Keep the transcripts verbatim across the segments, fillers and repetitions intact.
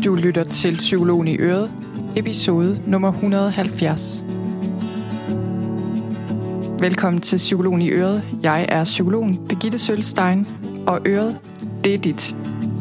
Du lytter til Psykologen i Øret, episode nummer et hundrede og halvfjerds. Velkommen til Psykologen i Øret. Jeg er psykologen Birgitte Sølstein, og Øret, det er dit.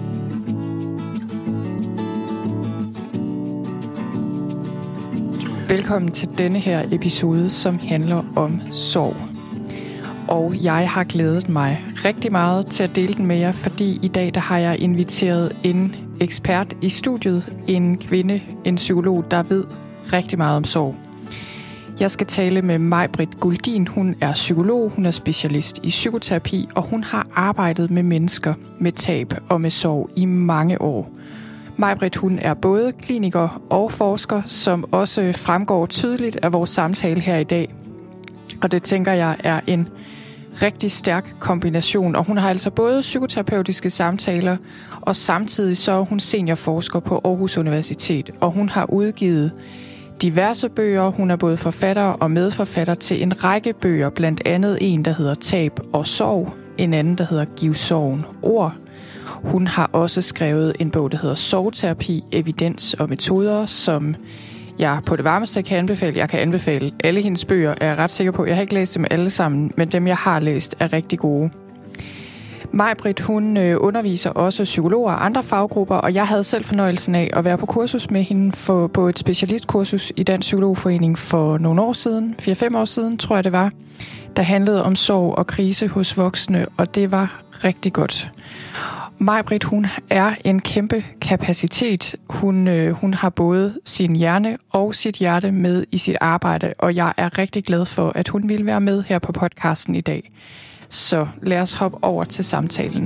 Velkommen til denne her episode, som handler om sorg. Og jeg har glædet mig rigtig meget til at dele den med jer, fordi i dag der har jeg inviteret en ekspert i studiet, en kvinde, en psykolog, der ved rigtig meget om sorg. Jeg skal tale med Maj-Britt Guldin. Hun er psykolog, hun er specialist i psykoterapi, og hun har arbejdet med mennesker med tab og med sorg i mange år. Maj-Britt, hun er både kliniker og forsker, som også fremgår tydeligt af vores samtale her i dag. Og det tænker jeg er en rigtig stærk kombination, og hun har altså både psykoterapeutiske samtaler, og samtidig så er hun seniorforsker på Aarhus Universitet, og hun har udgivet diverse bøger. Hun er både forfatter og medforfatter til en række bøger, blandt andet en, der hedder Tab og Sorg, en anden, der hedder Giv sorgen ord. Hun har også skrevet en bog, der hedder Sorgterapi, evidens og metoder, som jeg på det varmeste kan anbefale. Jeg kan anbefale alle hendes bøger, er jeg ret sikker på. Jeg har ikke læst dem alle sammen, men dem, jeg har læst, er rigtig gode. Maj-Britt, hun underviser også psykologer og andre faggrupper, og jeg havde selv fornøjelsen af at være på kursus med hende for, på et specialistkursus i Dansk Psykologforening for nogle år siden, fire fem år siden, tror jeg det var, der handlede om sorg og krise hos voksne, og det var rigtig godt. Maj-Britt, hun er en kæmpe kapacitet. Hun, øh, hun har både sin hjerne og sit hjerte med i sit arbejde, og jeg er rigtig glad for, at hun vil være med her på podcasten i dag. Så lad os hoppe over til samtalen.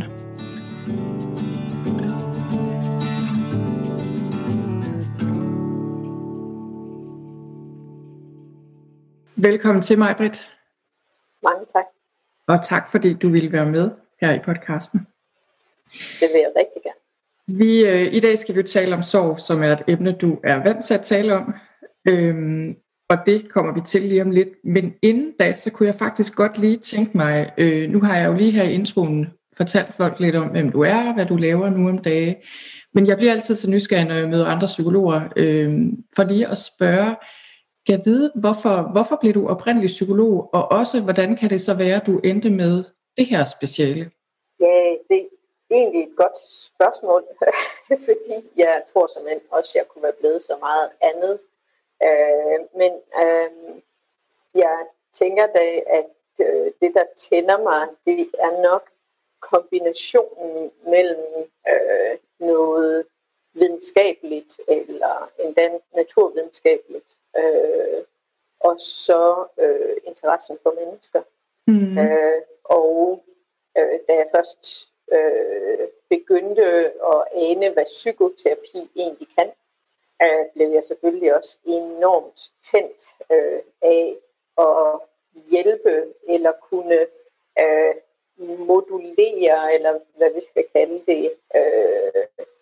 Velkommen til, Maj-Britt. Mange tak. Og tak, fordi du ville være med her i podcasten. Det vil jeg rigtig gerne. Vi, øh, I dag skal vi jo tale om sorg, som er et emne, du er vant til at tale om. Øhm, og det kommer vi til lige om lidt. Men inden da, så kunne jeg faktisk godt lige tænke mig, øh, nu har jeg jo lige her i introen fortalt folk lidt om, hvem du er, hvad du laver nu om dage. Men jeg bliver altid så nysgerrig, når jeg møder andre psykologer, øh, for lige at spørge, kan jeg vide, hvorfor, hvorfor blev du oprindelig psykolog, og også hvordan kan det så være, at du endte med det her speciale? Ja, det egentlig et godt spørgsmål, fordi jeg tror simpelthen også, jeg kunne være blevet så meget andet. Øh, men øh, jeg tænker da, at øh, det, der tænder mig, det er nok kombinationen mellem øh, noget videnskabeligt eller endda naturvidenskabeligt, øh, og så øh, interessen for mennesker. Mm. Øh, og øh, da jeg først Øh, begyndte at ane, hvad psykoterapi egentlig kan, øh, blev jeg selvfølgelig også enormt tændt øh, af at hjælpe eller kunne øh, modulere, eller hvad vi skal kalde det, øh,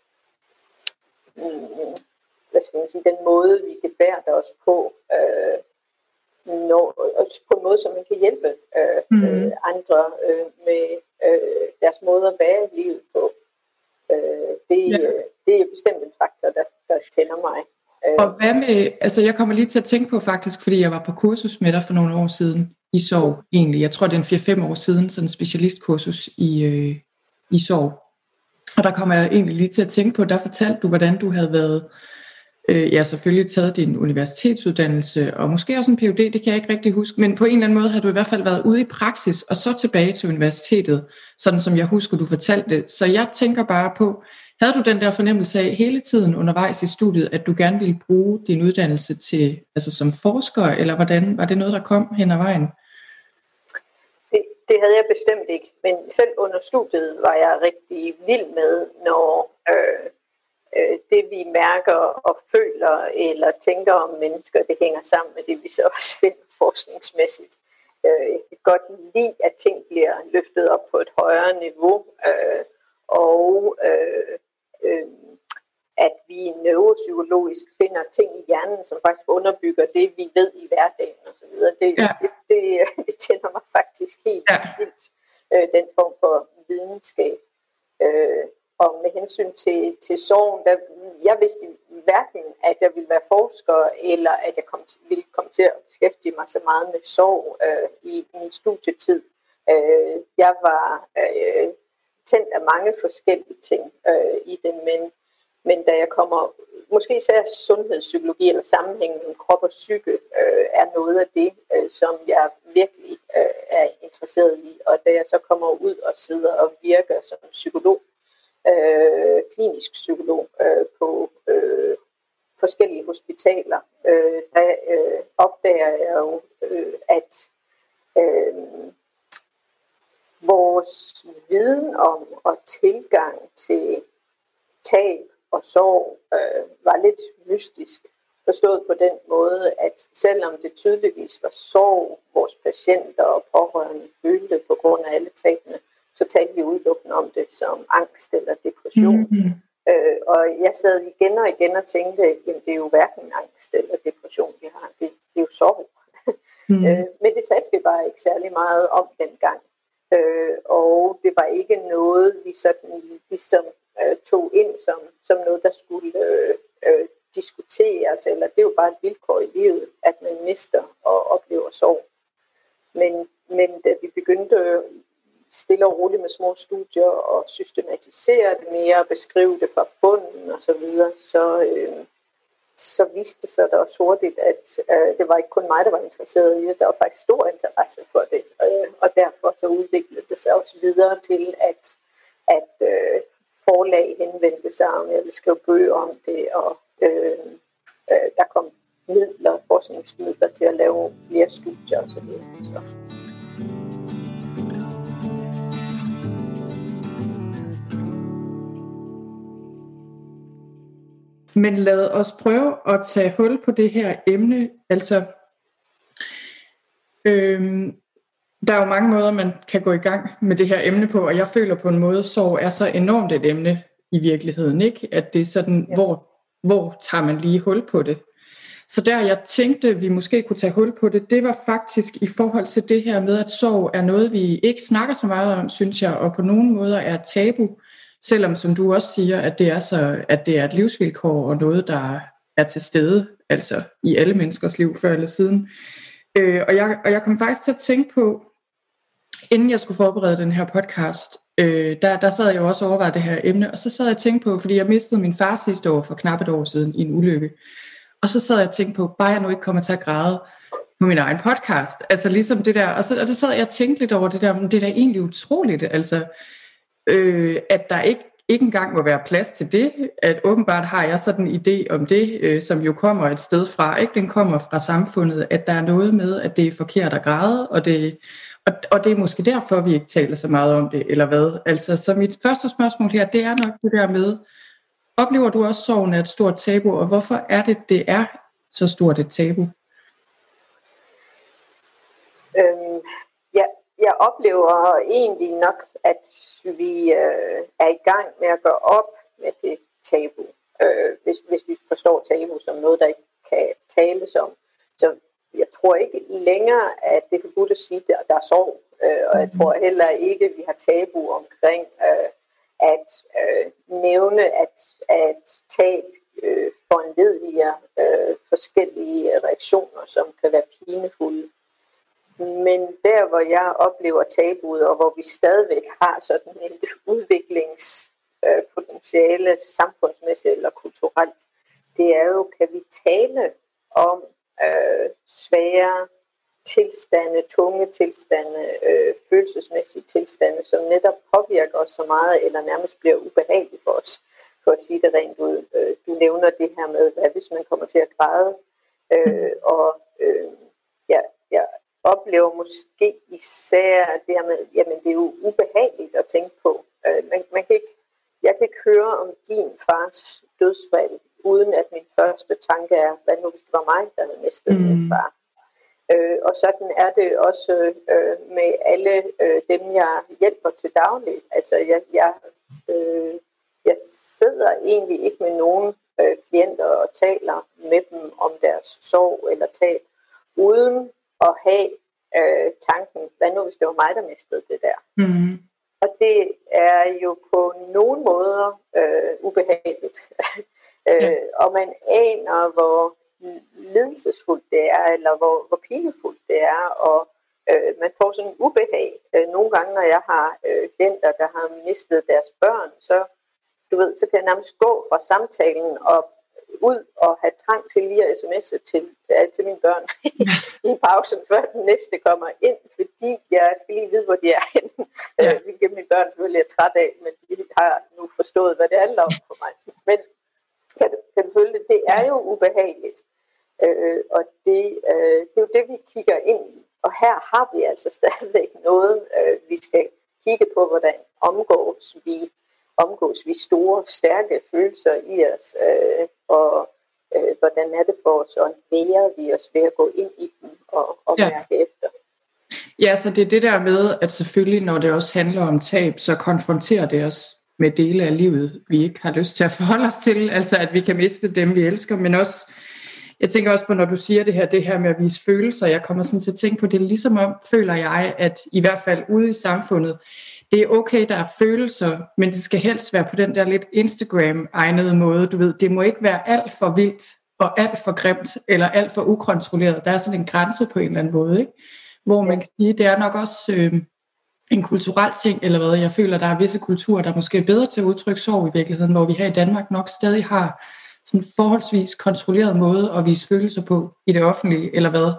hvad skal man sige, den måde, vi gebærder os på, øh, når, også på en måde, som man kan hjælpe øh, mm. øh, andre øh, med øh, deres måde at være i livet på. Øh, det, ja. øh, det er bestemt en faktor, der, der tænder mig. Øh. Og hvad med, altså jeg kommer lige til at tænke på faktisk, fordi jeg var på kursus med dig for nogle år siden i sorg egentlig. Jeg tror, det er en fire fem år siden, sådan en specialistkursus i, øh, i sorg. Og der kommer jeg egentlig lige til at tænke på, der fortalte du, hvordan du havde været Øh, jeg har selvfølgelig taget din universitetsuddannelse, og måske også en P H D, det kan jeg ikke rigtig huske, men på en eller anden måde har du i hvert fald været ude i praksis, og så tilbage til universitetet, sådan som jeg husker, du fortalte det. Så jeg tænker bare på, havde du den der fornemmelse af hele tiden undervejs i studiet, at du gerne ville bruge din uddannelse til, altså som forsker, eller hvordan, var det noget, der kom hen ad vejen? Det, det havde jeg bestemt ikke, men selv under studiet var jeg rigtig vild med, når øh, det vi mærker og føler eller tænker om mennesker, det hænger sammen med det, vi så også finder forskningsmæssigt. Jeg kan godt lide, at ting bliver løftet op på et højere niveau, og at vi neuropsykologisk finder ting i hjernen, som faktisk underbygger det, vi ved i hverdagen osv. Det, ja. det, det, det tænder mig faktisk helt ja. vildt, den form for videnskab. Og med hensyn til, til sorgen, der, jeg vidste hverken, at jeg ville være forsker, eller at jeg kom til, ville komme til at beskæftige mig så meget med sorg øh, i min studietid. Øh, jeg var øh, tændt af mange forskellige ting øh, i det, men, men da jeg kommer, måske især sundhedspsykologi eller sammenhængen mellem krop og psyke, øh, er noget af det, øh, som jeg virkelig øh, er interesseret i. Og da jeg så kommer ud og sidder og virker som psykolog, øh, klinisk psykolog øh, på øh, forskellige hospitaler, øh, der øh, opdager jeg jo, øh, at øh, vores viden om og tilgang til tab og sorg øh, var lidt mystisk. Forstået på den måde, at selvom det tydeligvis var sorg, vores patienter og pårørende følte på grund af alle tabene, så talte vi udelukkende om det som angst eller depression. Mm-hmm. Øh, og jeg sad igen og igen og tænkte, at det er jo hverken angst eller depression, vi har. Det, det er jo sorg. Mm-hmm. øh, men det talte vi bare ikke særlig meget om dengang. Øh, og det var ikke noget, vi sådan ligesom øh, tog ind som, som noget, der skulle øh, øh, diskuteres, eller det er jo bare et vilkår i livet, at man mister og oplever sorg. Men, men da vi begyndte stille og roligt med små studier og systematisere det mere og beskrive det fra bunden og så videre, så, øh, så viste det sig da også hurtigt, at øh, det var ikke kun mig, der var interesseret i det. Der var faktisk stor interesse for det, øh, og derfor så udviklede det sig også videre til, at, at øh, forlag henvendte sig, om jeg ville skrive bøger om det, og øh, øh, der kom midler, forskningsmidler til at lave flere studier og så videre. Så. Men lad os prøve at tage hul på det her emne. Altså, øhm, der er jo mange måder, man kan gå i gang med det her emne på, og jeg føler på en måde, at sorg er så enormt et emne i virkeligheden, ikke? At det er sådan, ja. hvor, hvor tager man lige hul på det? Så der jeg tænkte, vi måske kunne tage hul på det, det var faktisk i forhold til det her med, at sorg er noget, vi ikke snakker så meget om, synes jeg, og på nogle måder er tabu. Selvom, som du også siger, at det er så, at det er et livsvilkår og noget, der er til stede, altså i alle menneskers liv før eller siden. Øh, og, jeg, og jeg kom faktisk til at tænke på, inden jeg skulle forberede den her podcast, øh, der, der sad jeg jo også og overvejede det her emne, og så sad jeg og tænkte på, fordi jeg mistede min far sidste år for knap et år siden i en ulykke, og så sad jeg og tænkte på, bare jeg nu ikke kommer til at græde på min egen podcast, altså ligesom det der, og så og der sad jeg og tænkte lidt over det der, men det er da egentlig utroligt, altså Øh, at der ikke, ikke engang må være plads til det, at åbenbart har jeg sådan en idé om det, øh, som jo kommer et sted fra, ikke? Den kommer fra samfundet, at der er noget med, at det er forkert at græde, og det, og, og det er måske derfor, vi ikke taler så meget om det, eller hvad? Altså, så mit første spørgsmål her, det er nok det der med, oplever du også sorgen er et stort tabu, og hvorfor er det, det er så stort et tabu? Øhm, ja. Jeg oplever egentlig nok, at vi øh, er i gang med at gøre op med det tabu. Øh, hvis, hvis vi forstår tabu som noget, der ikke kan tales om. Så jeg tror ikke længere, at det er forbudt at sige, at der er sorg. Øh, og jeg tror heller ikke, at vi har tabu omkring øh, at øh, nævne, at, at tab øh, foranlediger øh, forskellige reaktioner, som kan være pinefulde. Men der, hvor jeg oplever tabuet, og hvor vi stadigvæk har sådan et udviklingspotentiale, samfundsmæssigt eller kulturelt, det er jo, kan vi tale om øh, svære tilstande, tunge tilstande, øh, følelsesmæssige tilstande, som netop påvirker os så meget, eller nærmest bliver ubehagelige for os, for at sige det rent ud. Øh, du nævner det her med, hvad hvis man kommer til at græde, øh, og øh, ja, ja, oplever måske især det her med, jamen det er jo ubehageligt at tænke på. Øh, man, man kan ikke, jeg kan ikke høre om din fars dødsfald, uden at min første tanke er, hvad nu hvis det var mig, der havde mistet mm. min far. Øh, og sådan er det også øh, med alle øh, dem, jeg hjælper til daglig. Altså jeg, jeg, øh, jeg sidder egentlig ikke med nogen øh, klienter og taler med dem om deres sorg eller tab, uden at have øh, tanken, hvad nu hvis det var mig, der mistede det der. Mm. Og det er jo på nogle måder øh, ubehageligt. Øh, ja. Og man aner, hvor lidelsesfuldt det er, eller hvor, hvor pinefuldt det er, og øh, man får sådan en ubehag. Øh, nogle gange, når jeg har øh, klienter, der har mistet deres børn, så, du ved, så kan jeg nærmest gå fra samtalen og ud og have trang til lige at sms'e til, ja, til mine børn i pausen, før den næste kommer ind, fordi jeg skal lige vide, hvor de er henne. Ja. Øh, hvilket mine børn selvfølgelig er træt af, men de har nu forstået, hvad det handler om for mig. Men kan du, kan du følge det? Det er jo ubehageligt. Øh, og det, øh, det er jo det, vi kigger ind i. Og her har vi altså stadigvæk noget, øh, vi skal kigge på, hvordan omgås vi, omgås vi store, stærke følelser i os, øh, og øh, hvordan er det for os, og værer vi os ved at gå ind i dem og, og ja. mærke efter. Ja, så det er det der med, at selvfølgelig, når det også handler om tab, så konfronterer det os med dele af livet, vi ikke har lyst til at forholde os til, altså at vi kan miste dem, vi elsker, men også, jeg tænker også på, når du siger det her, det her med at vise følelser, jeg kommer sådan til at tænke på, det er ligesom om, føler jeg, at i hvert fald ude i samfundet, det er okay, der er følelser, men det skal helst være på den der lidt Instagram-egnede måde, du ved, det må ikke være alt for vildt, og alt for grimt, eller alt for ukontrolleret, der er sådan en grænse på en eller anden måde, ikke? Hvor man kan sige, det er nok også øh, en kulturel ting, eller hvad, jeg føler, der er visse kulturer, der måske er bedre til at udtrykke sorg i virkeligheden, hvor vi her i Danmark nok stadig har sådan en forholdsvis kontrolleret måde at vise følelser på i det offentlige, eller hvad?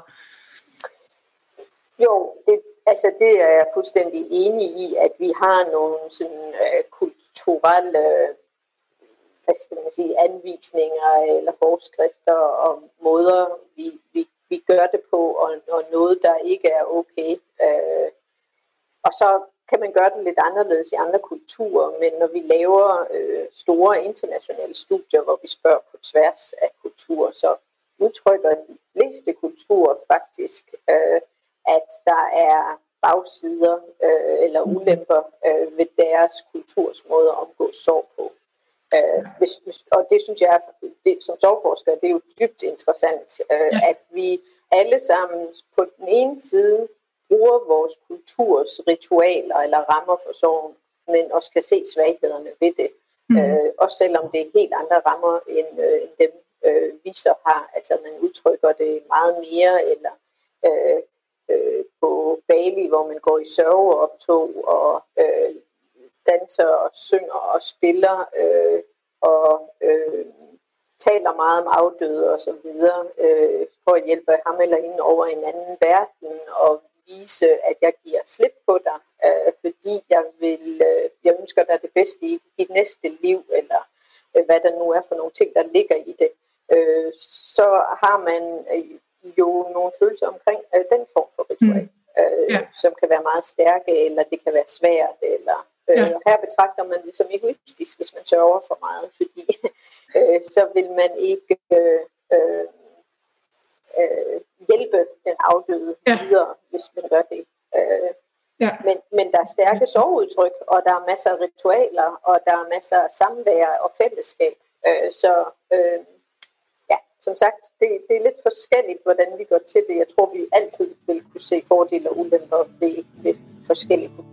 Jo, det, altså det er jeg fuldstændig enig i, at vi har nogle sådan øh, kulturelle, hvad skal man sige, anvisninger eller forskrifter og måder, vi, vi, vi gør det på, og, og noget, der ikke er okay. Øh, og så kan man gøre det lidt anderledes i andre kulturer, men når vi laver øh, store internationale studier, hvor vi spørger på tværs af kulturer, så udtrykker de fleste kulturer faktisk, øh, at der er bagsider øh, eller ulemper øh, ved deres kulturs måde at omgå sorg på. Øh, hvis, og det synes jeg, det, som sorgforsker, det er jo dybt interessant, øh, ja. At vi alle sammen på den ene side bruger vores kulturs ritualer eller rammer for sorgen, men også kan se svaghederne ved det. Mm. Øh, også selvom det er helt andre rammer, end, øh, end dem øh, vi så har. Altså man udtrykker det meget mere, eller øh, øh, på Bali, hvor man går i sørgeoptog og øh, danser og synger og spiller øh, og øh, taler meget om afdøde og så videre, øh, for at hjælpe ham eller hende over en anden verden og vise, at jeg giver slip på dig, øh, fordi jeg vil, øh, jeg ønsker dig det bedste i dit næste liv, eller øh, hvad der nu er for nogle ting, der ligger i det. Øh, så har man øh, jo nogle følelser omkring øh, den form for ritual, øh, ja. Som kan være meget stærke, eller det kan være svært, eller øh, ja. Her betragter man det som egoistisk, hvis man sørger for meget, fordi øh, så vil man ikke øh, øh, øh, hjælpe den afdøde ja. Videre, hvis man gør det. Øh, ja. men, men der er stærke sorgudtryk, og der er masser af ritualer, og der er masser af samvær og fællesskab. Øh, så øh, ja, som sagt, det, det er lidt forskelligt, hvordan vi går til det. Jeg tror, vi altid vil kunne se fordele og ulemper ved, ved forskellige kulturer.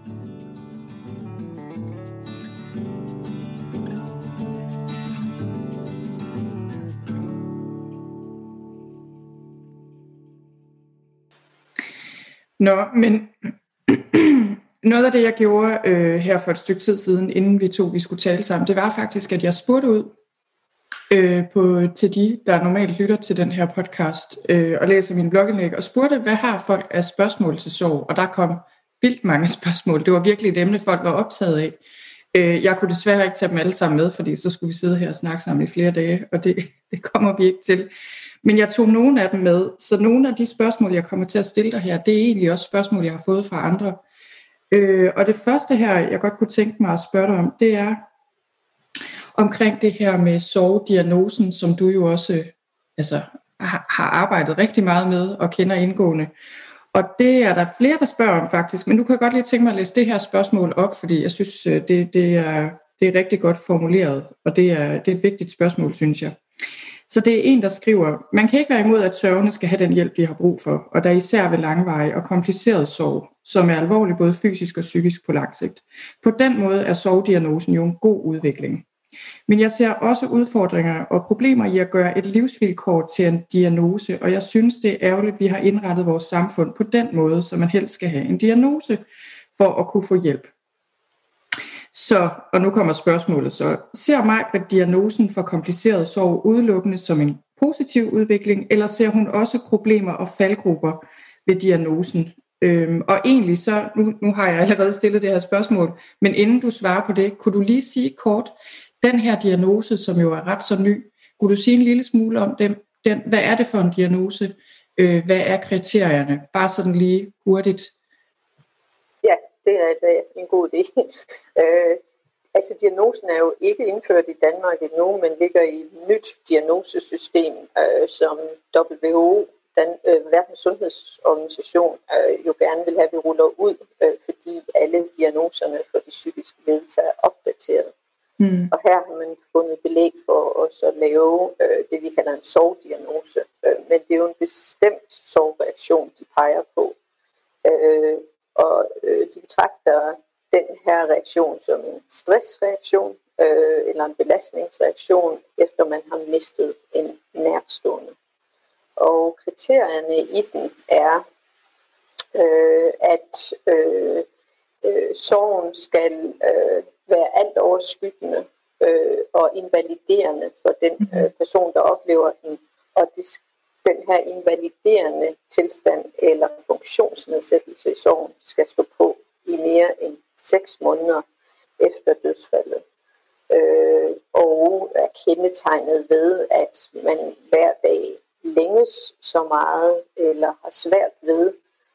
Nå, men noget af det, jeg gjorde øh, her for et stykke tid siden, inden vi to vi skulle tale sammen, det var faktisk, at jeg spurgte ud øh, på, til de, der normalt lytter til den her podcast, øh, og læser min blogindlæg, og spurgte, hvad har folk af spørgsmål til sorg? Og der kom vildt mange spørgsmål. Det var virkelig et emne, folk var optaget af. Øh, jeg kunne desværre ikke tage dem alle sammen med, fordi så skulle vi sidde her og snakke sammen i flere dage, og det, det kommer vi ikke til. Men jeg tog nogle af dem med, så nogle af de spørgsmål, jeg kommer til at stille dig her, det er egentlig også spørgsmål, jeg har fået fra andre. Øh, og det første her, jeg godt kunne tænke mig at spørge dig om, det er omkring det her med sorgdiagnosen, som du jo også altså, har arbejdet rigtig meget med og kender indgående. Og det er der flere, der spørger om faktisk, men nu kan jeg godt lige tænke mig at læse det her spørgsmål op, fordi jeg synes, det, det, er, det er rigtig godt formuleret, og det er, det er et vigtigt spørgsmål, synes jeg. Så det er en, der skriver, man kan ikke være imod, at sørgende skal have den hjælp, de har brug for, og der især ved langvarig og kompliceret sorg, som er alvorlig både fysisk og psykisk på lang sigt. På den måde er sorgdiagnosen jo en god udvikling. Men jeg ser også udfordringer og problemer i at gøre et livsvilkår til en diagnose, og jeg synes, det er ærgerligt, at vi har indrettet vores samfund på den måde, så man helst skal have en diagnose for at kunne få hjælp. Så, og nu kommer spørgsmålet så. Ser Maj-Britt diagnosen for kompliceret sorg udelukkende som en positiv udvikling, eller ser hun også problemer og faldgrupper ved diagnosen? Øhm, og egentlig så, nu, nu har jeg allerede stillet det her spørgsmål, men inden du svarer på det, kunne du lige sige kort, den her diagnose, som jo er ret så ny, kunne du sige en lille smule om den? den hvad er det for en diagnose? Øh, hvad er kriterierne? Bare sådan lige hurtigt. Ja, det er, det er en god idé. øh, altså diagnosen er jo ikke indført i Danmark endnu, men ligger i et nyt diagnosesystem, øh, som W H O, den øh, Verdens Sundhedsorganisation, øh, jo gerne vil have, at vi ruller ud, øh, fordi alle diagnoserne for de psykiske lidelser er opdateret. Mm. Og her har man fundet belæg for også at lave øh, det, vi kalder en sorgdiagnose. Øh, men det er jo en bestemt sorgreaktion, de peger på. Øh, og øh, de betragter den her reaktion som en stressreaktion øh, eller en belastningsreaktion, efter man har mistet en nærtstående. Og kriterierne i den er, øh, at øh, øh, sorgen skal øh, være alt overskyggende øh, og invaliderende for den øh, person, der oplever den. Og det, den her invaliderende tilstand eller funktionsnedsættelse i sorgen skal stå på i mere end seks måneder efter dødsfaldet. Øh, og er kendetegnet ved, at man hver dag længes så meget eller har svært ved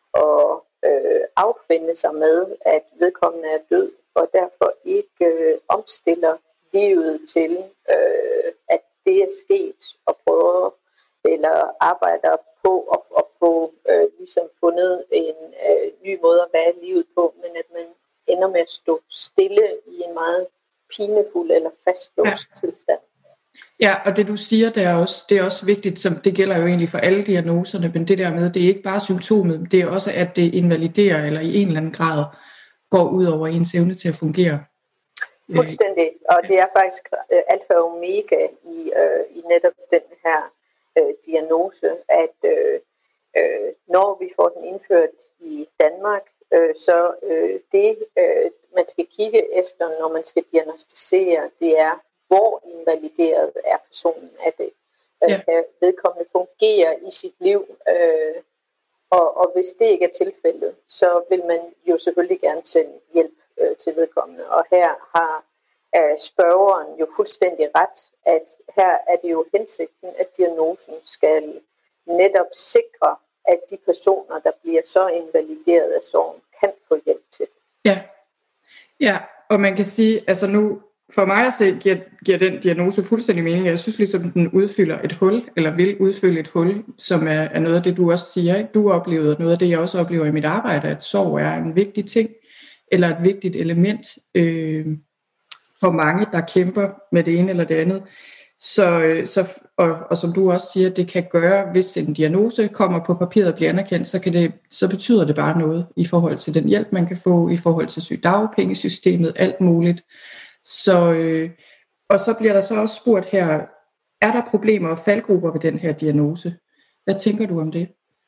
at øh, affinde sig med, at vedkommende er død, og derfor ikke øh, omstiller livet til, øh, at det er sket, og prøver eller arbejder på at, at få øh, ligesom fundet en øh, ny måde at være livet på, men at man ender med at stå stille i en meget pinefuld eller fastlåst ja. tilstand. Ja, og det du siger, det er også, det er også vigtigt, som det gælder jo egentlig for alle diagnoserne, men det der med, det er ikke bare symptomet, det er også, at det invaliderer eller i en eller anden grad går ud over ens evne til at fungere. Fuldstændig, og det er faktisk alfa og omega i, øh, i netop den her øh, diagnose, at øh, øh, når vi får den indført i Danmark, øh, så øh, det, øh, man skal kigge efter, når man skal diagnostisere, det er, hvor invalideret er personen af det. Ja. Kan vedkommende fungere i sit liv, øh, og, og hvis det ikke er tilfældet, så vil man jo selvfølgelig gerne sende hjælp øh, til vedkommende. Og her har øh, spørgeren jo fuldstændig ret, at her er det jo hensigten, at diagnosen skal netop sikre, at de personer, der bliver så invalideret af sorgen, kan få hjælp til det. Ja, ja, og man kan sige, altså nu, for mig at se, giver, giver den diagnose fuldstændig mening. Jeg synes ligesom, den udfylder et hul, eller vil udfylde et hul, som er, er noget af det, du også siger. Ikke? Du oplevede noget af det, jeg også oplever i mit arbejde, at sorg er en vigtig ting, eller et vigtigt element øh, for mange, der kæmper med det ene eller det andet. Så, så, og, og som du også siger, det kan gøre, hvis en diagnose kommer på papiret og bliver anerkendt, så, kan det, så betyder det bare noget i forhold til den hjælp, man kan få, i forhold til sygedagpengesystemet, alt muligt. Så, øh, og så bliver der så også spurgt her, er der problemer og faldgrupper ved den her diagnose? Hvad tænker du om det?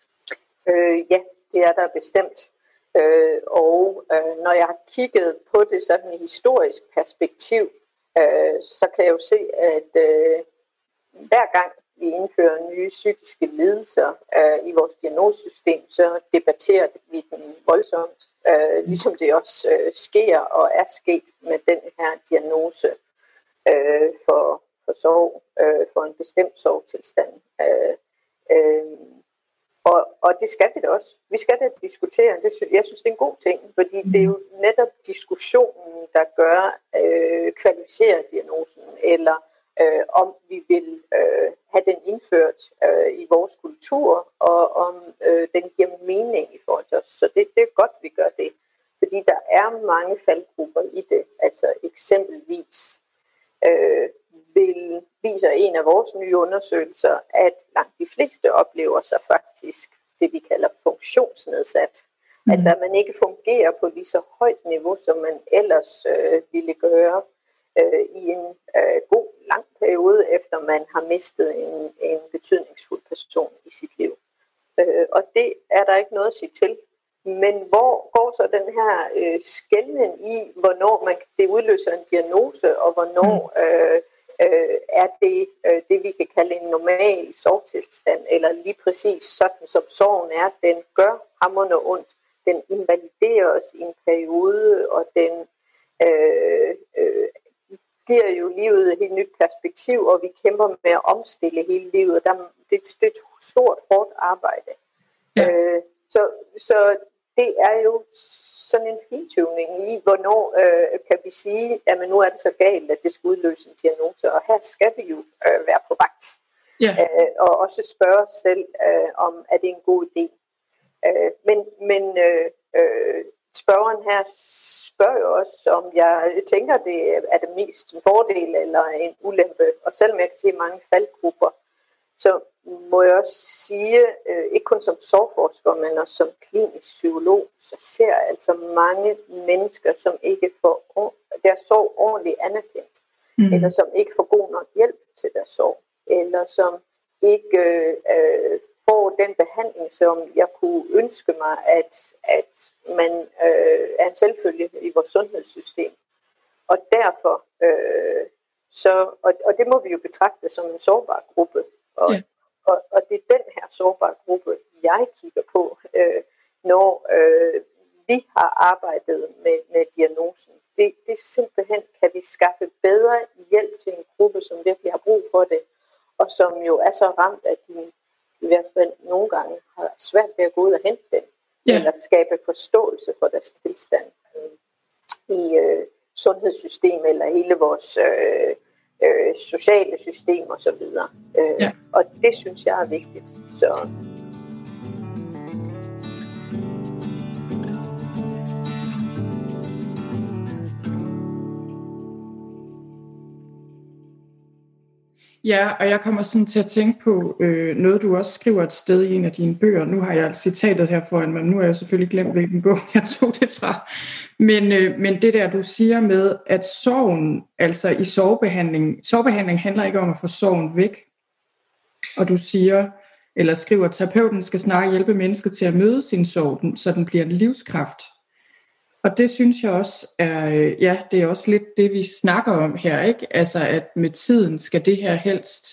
Øh, ja, det er der bestemt. Øh, og øh, når jeg har kigget på det sådan i historisk perspektiv, øh, så kan jeg jo se, at øh, hver gang vi indfører nye psykiske lidelser øh, i vores diagnosesystem, så debatterer vi den voldsomt. Øh, ligesom det også øh, sker og er sket med den her diagnose øh, for, for sorg, øh, for en bestemt sorgtilstand. Øh, øh, og, og det skal vi da også. Vi skal da diskutere. Det synes, jeg synes, det er en god ting, fordi det er jo netop diskussionen, der gør øh, kvalificere diagnosen, eller øh, om vi vil øh, have den indført øh, i vores kultur, og om øh, den giver mening i forhold til os. Så det, det er godt, vi gør det. Fordi der er mange faldgrupper i det. Altså eksempelvis øh, vil, viser en af vores nye undersøgelser, at langt de fleste oplever sig faktisk det, vi kalder funktionsnedsat. Mm. Altså at man ikke fungerer på lige så højt niveau, som man ellers øh, ville gøre. øh, i en øh, god, lang periode, efter man har mistet en, en betydningsfuld person i sit liv. Øh, og det er der ikke noget at sige til. Men hvor går så den her øh, skelnen i, hvornår man, det udløser en diagnose, og hvornår øh, øh, er det øh, det, vi kan kalde en normal sorgtilstand, eller lige præcis sådan, som sorgen er, den gør hamrende ondt, den invaliderer os i en periode, og den øh, øh, giver jo livet et helt nyt perspektiv, og vi kæmper med at omstille hele livet. Der, det er et stort, hårdt arbejde. Ja. Øh, så, så det er jo sådan en fintuning i, hvornår øh, kan vi sige, at nu er det så galt, at det skal udløse en diagnose, og her skal vi jo øh, være på vagt. Ja. Øh, og også spørge os selv, øh, om er det en god idé. Øh, men men øh, øh, spørgeren her spørger jo også, om jeg tænker, det er det mest en fordel eller en ulempe. Og selvom jeg kan se mange faldgrupper, så må jeg også sige, øh, ikke kun som sorgforsker, men også som klinisk psykolog, så ser jeg altså mange mennesker, som ikke får deres sorg ordentligt anerkendt, mm. eller som ikke får god nok hjælp til deres sorg, eller som ikke øh, får den behandling, som jeg kunne ønske mig, at, at man øh, er en selvfølge i vores sundhedssystem. Og derfor, øh, så, og, og det må vi jo betragte som en sårbar gruppe. Og, ja. og, og det er den her sårbare gruppe, jeg kigger på, øh, når øh, vi har arbejdet med, med diagnosen. Det, det er simpelthen, kan vi skaffe bedre hjælp til en gruppe, som virkelig har brug for det, og som jo er så ramt, at de i hvert fald nogle gange har svært ved at gå ud og hente den, ja. Eller skabe forståelse for deres tilstand øh, i øh, sundhedssystemet eller hele vores øh, øh, sociale system og så videre. Øh, ja. Og det synes jeg er vigtigt. Så Ja, og jeg kommer sådan til at tænke på øh, noget, du også skriver et sted i en af dine bøger. Nu har jeg citatet her foran mig, nu har jeg selvfølgelig glemt, hvilken bog jeg tog det fra. Men, øh, men det der, du siger med, at sorgen, altså i sorgbehandling, sorgbehandling handler ikke om at få sorgen væk. Og du siger, eller skriver, at terapeuten skal snarere hjælpe mennesket til at møde sin sorg, så den bliver en livskraft. Og det synes jeg også er, ja, det er også lidt det, vi snakker om her, ikke? Altså, at med tiden skal det her helst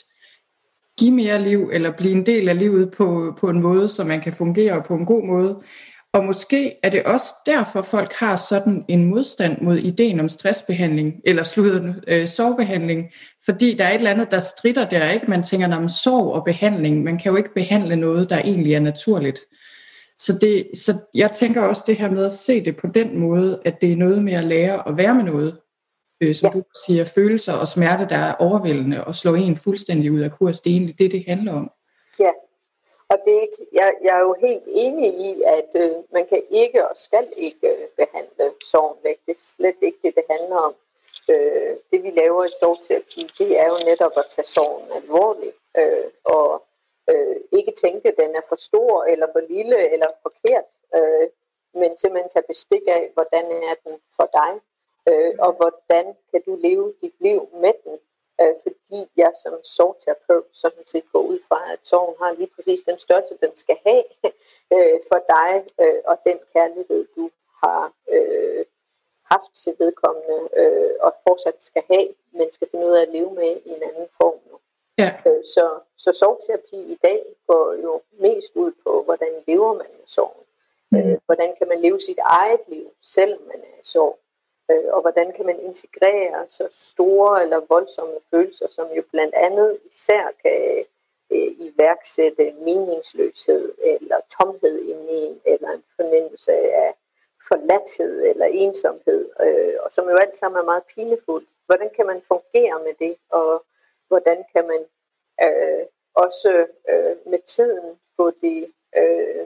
give mere liv, eller blive en del af livet på, på en måde, så man kan fungere på en god måde. Og måske er det også derfor, folk har sådan en modstand mod ideen om stressbehandling, eller sludder, øh, sorgbehandling, fordi der er et eller andet, der stritter der, ikke? Man tænker om sorg og behandling, man kan jo ikke behandle noget, der egentlig er naturligt. Så, det, så jeg tænker også det her med at se det på den måde, at det er noget med at lære at være med noget, øh, som ja. Du siger, følelser og smerte, der er overvældende og slår en fuldstændig ud af kurs. Det er egentlig det, det handler om. Ja, og det er ikke, jeg, jeg er jo helt enig i, at øh, man kan ikke og skal ikke øh, behandle sorgen væk. Det er slet ikke det, det handler om. Øh, det vi laver i sorgterapi, det er jo netop at tage sorgen alvorligt øh, og Øh, ikke tænke, at den er for stor, eller for lille, eller forkert, øh, men simpelthen tage bestik af, hvordan er den for dig, øh, og hvordan kan du leve dit liv med den, øh, fordi jeg som sorgterapeut sådan set går ud fra, at sorgen har lige præcis den størrelse, den skal have øh, for dig, øh, og den kærlighed, du har øh, haft til vedkommende, øh, og fortsat skal have, men skal finde ud af at leve med i en anden form nu. Ja. Så, så sorgterapi i dag går jo mest ud på, hvordan lever man med sorgen. Mm. Øh, hvordan kan man leve sit eget liv, selvom man er i sorg. Øh, og hvordan kan man integrere så store eller voldsomme følelser, som jo blandt andet især kan øh, iværksætte meningsløshed eller tomhed i en, eller en fornemmelse af forladthed eller ensomhed, øh, og som jo alt sammen er meget pinefuldt. Hvordan kan man fungere med det, og hvordan kan man øh, også øh, med tiden få det øh,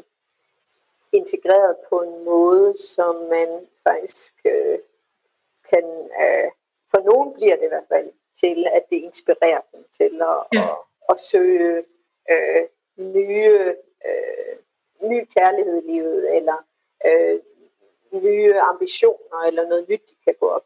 integreret på en måde, som man faktisk øh, kan, øh, for nogen bliver det i hvert fald, til at det inspirerer dem til at, ja. at, at søge øh, nye, øh, ny kærlighed i livet, eller øh, nye ambitioner, eller noget nyt, de kan gå op i.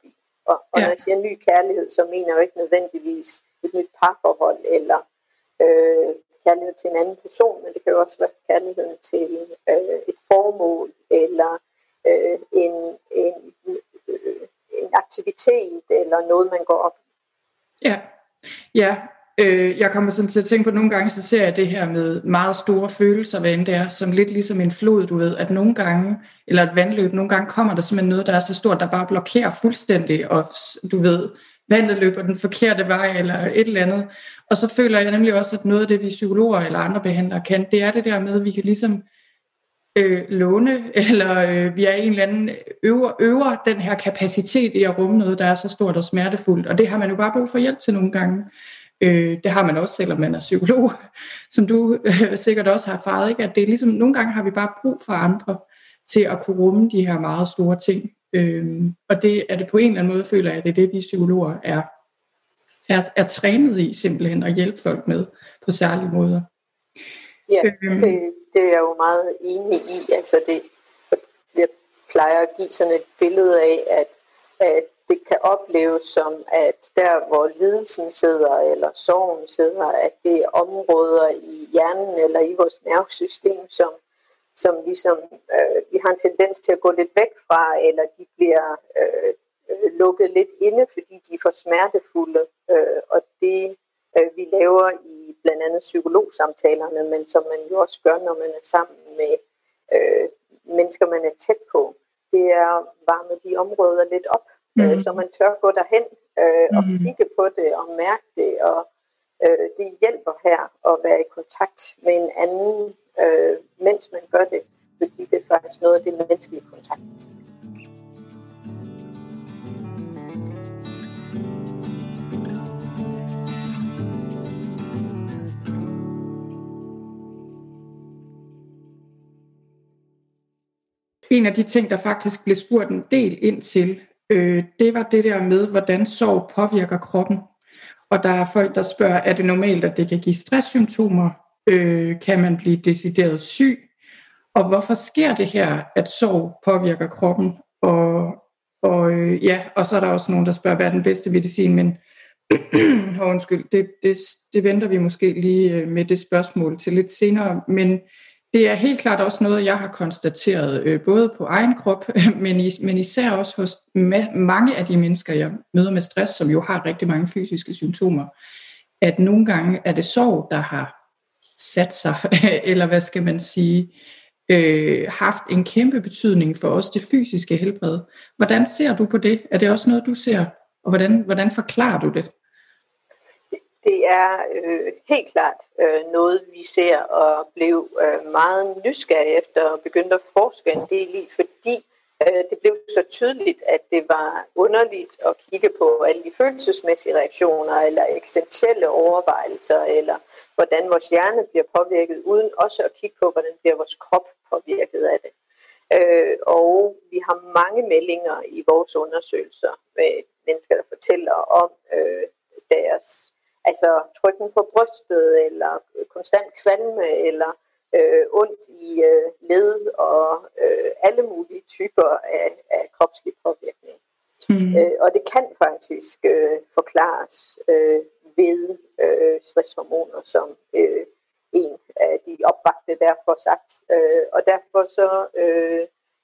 Og, og Ja. når jeg siger ny kærlighed, så mener jeg jo ikke nødvendigvis et nyt parforhold, eller øh, kærlighed til en anden person, men det kan jo også være kærligheden til øh, et formål, eller øh, en, en, øh, en aktivitet, eller noget, man går op i. Ja, ja. Øh, jeg kommer sådan til at tænke på, at nogle gange så ser jeg det her med meget store følelser, hvad end det er, som lidt ligesom en flod, du ved, at nogle gange, eller et vandløb, nogle gange kommer der simpelthen noget, der er så stort, der bare blokerer fuldstændig, og du ved, vandet løber den forkerte vej, eller et eller andet. Og så føler jeg nemlig også, at noget af det, vi psykologer eller andre behandlere kan, det er det der med, at vi kan ligesom øh, låne, eller øh, vi er en eller anden øver, øver den her kapacitet i at rumme noget, der er så stort og smertefuldt. Og det har man jo bare brug for hjælp til nogle gange. Øh, det har man også, selvom man er psykolog, som du øh, sikkert også har erfaret, ikke? At det er ligesom, nogle gange har vi bare brug for andre til at kunne rumme de her meget store ting. Øh, og det er det på en eller anden måde, føler jeg, at det er det, vi psykologer er, er, er trænet i, simpelthen at hjælpe folk med på særlige måder. Ja, øhm. det, det er jeg jo meget enig i. Altså det, jeg plejer at give sådan et billede af, at, at det kan opleves som, at der, hvor lidelsen sidder, eller sorgen sidder, at det er områder i hjernen eller i vores nervesystem, som, som ligesom, øh, vi har en tendens til at gå lidt væk fra, eller de bliver øh, lukket lidt inde, fordi de er for smertefulde. Øh, og det, øh, vi laver i blandt andet psykologsamtalerne, men som man jo også gør, når man er sammen med øh, mennesker, man er tæt på, det er at varme de områder lidt op. Mm. Så man tør gå derhen øh, og mm. kigge på det og mærke det, og øh, det hjælper her at være i kontakt med en anden, øh, mens man gør det, fordi det er faktisk noget af det menneskelige kontakt. En af de ting, der faktisk blev spurgt en del ind til, øh, det var det der med, hvordan sorg påvirker kroppen. Og der er folk, der spørger, er det normalt, at det kan give stresssymptomer? Øh, kan man blive decideret syg? Og hvorfor sker det her, at sorg påvirker kroppen? Og, og, øh, ja, og så er der også nogen, der spørger, hvad er den bedste medicin? Men oh, undskyld, det, det, det venter vi måske lige med det spørgsmål til lidt senere. Men det er helt klart også noget, jeg har konstateret, øh, både på egen krop, men, is, men især også hos ma- mange af de mennesker, jeg møder med stress, som jo har rigtig mange fysiske symptomer, at nogle gange er det sorg, der har sat sig, eller hvad skal man sige, øh, haft en kæmpe betydning for os det fysiske helbred. Hvordan ser du på det? Er det også noget, du ser? Og hvordan, hvordan forklarer du det? Det er øh, helt klart øh, noget, vi ser og blev øh, meget nysgerrige efter og begyndte at forske en del i, fordi øh, det blev så tydeligt, at det var underligt at kigge på alle de følelsesmæssige reaktioner eller eksistentielle overvejelser, eller hvordan vores hjerne bliver påvirket, uden også at kigge på, hvordan bliver vores krop påvirket af det. Øh, og vi har mange meldinger i vores undersøgelser med mennesker, der fortæller om øh, deres altså trykken for brystet, eller konstant kvalme, eller øh, ondt i øh, led, og øh, alle mulige typer af, af kropslig påvirkning. Mm. Øh, og det kan faktisk øh, forklares øh, ved øh, stresshormoner, som øh, en af de opvagte derfor sagt. Øh, og derfor så øh,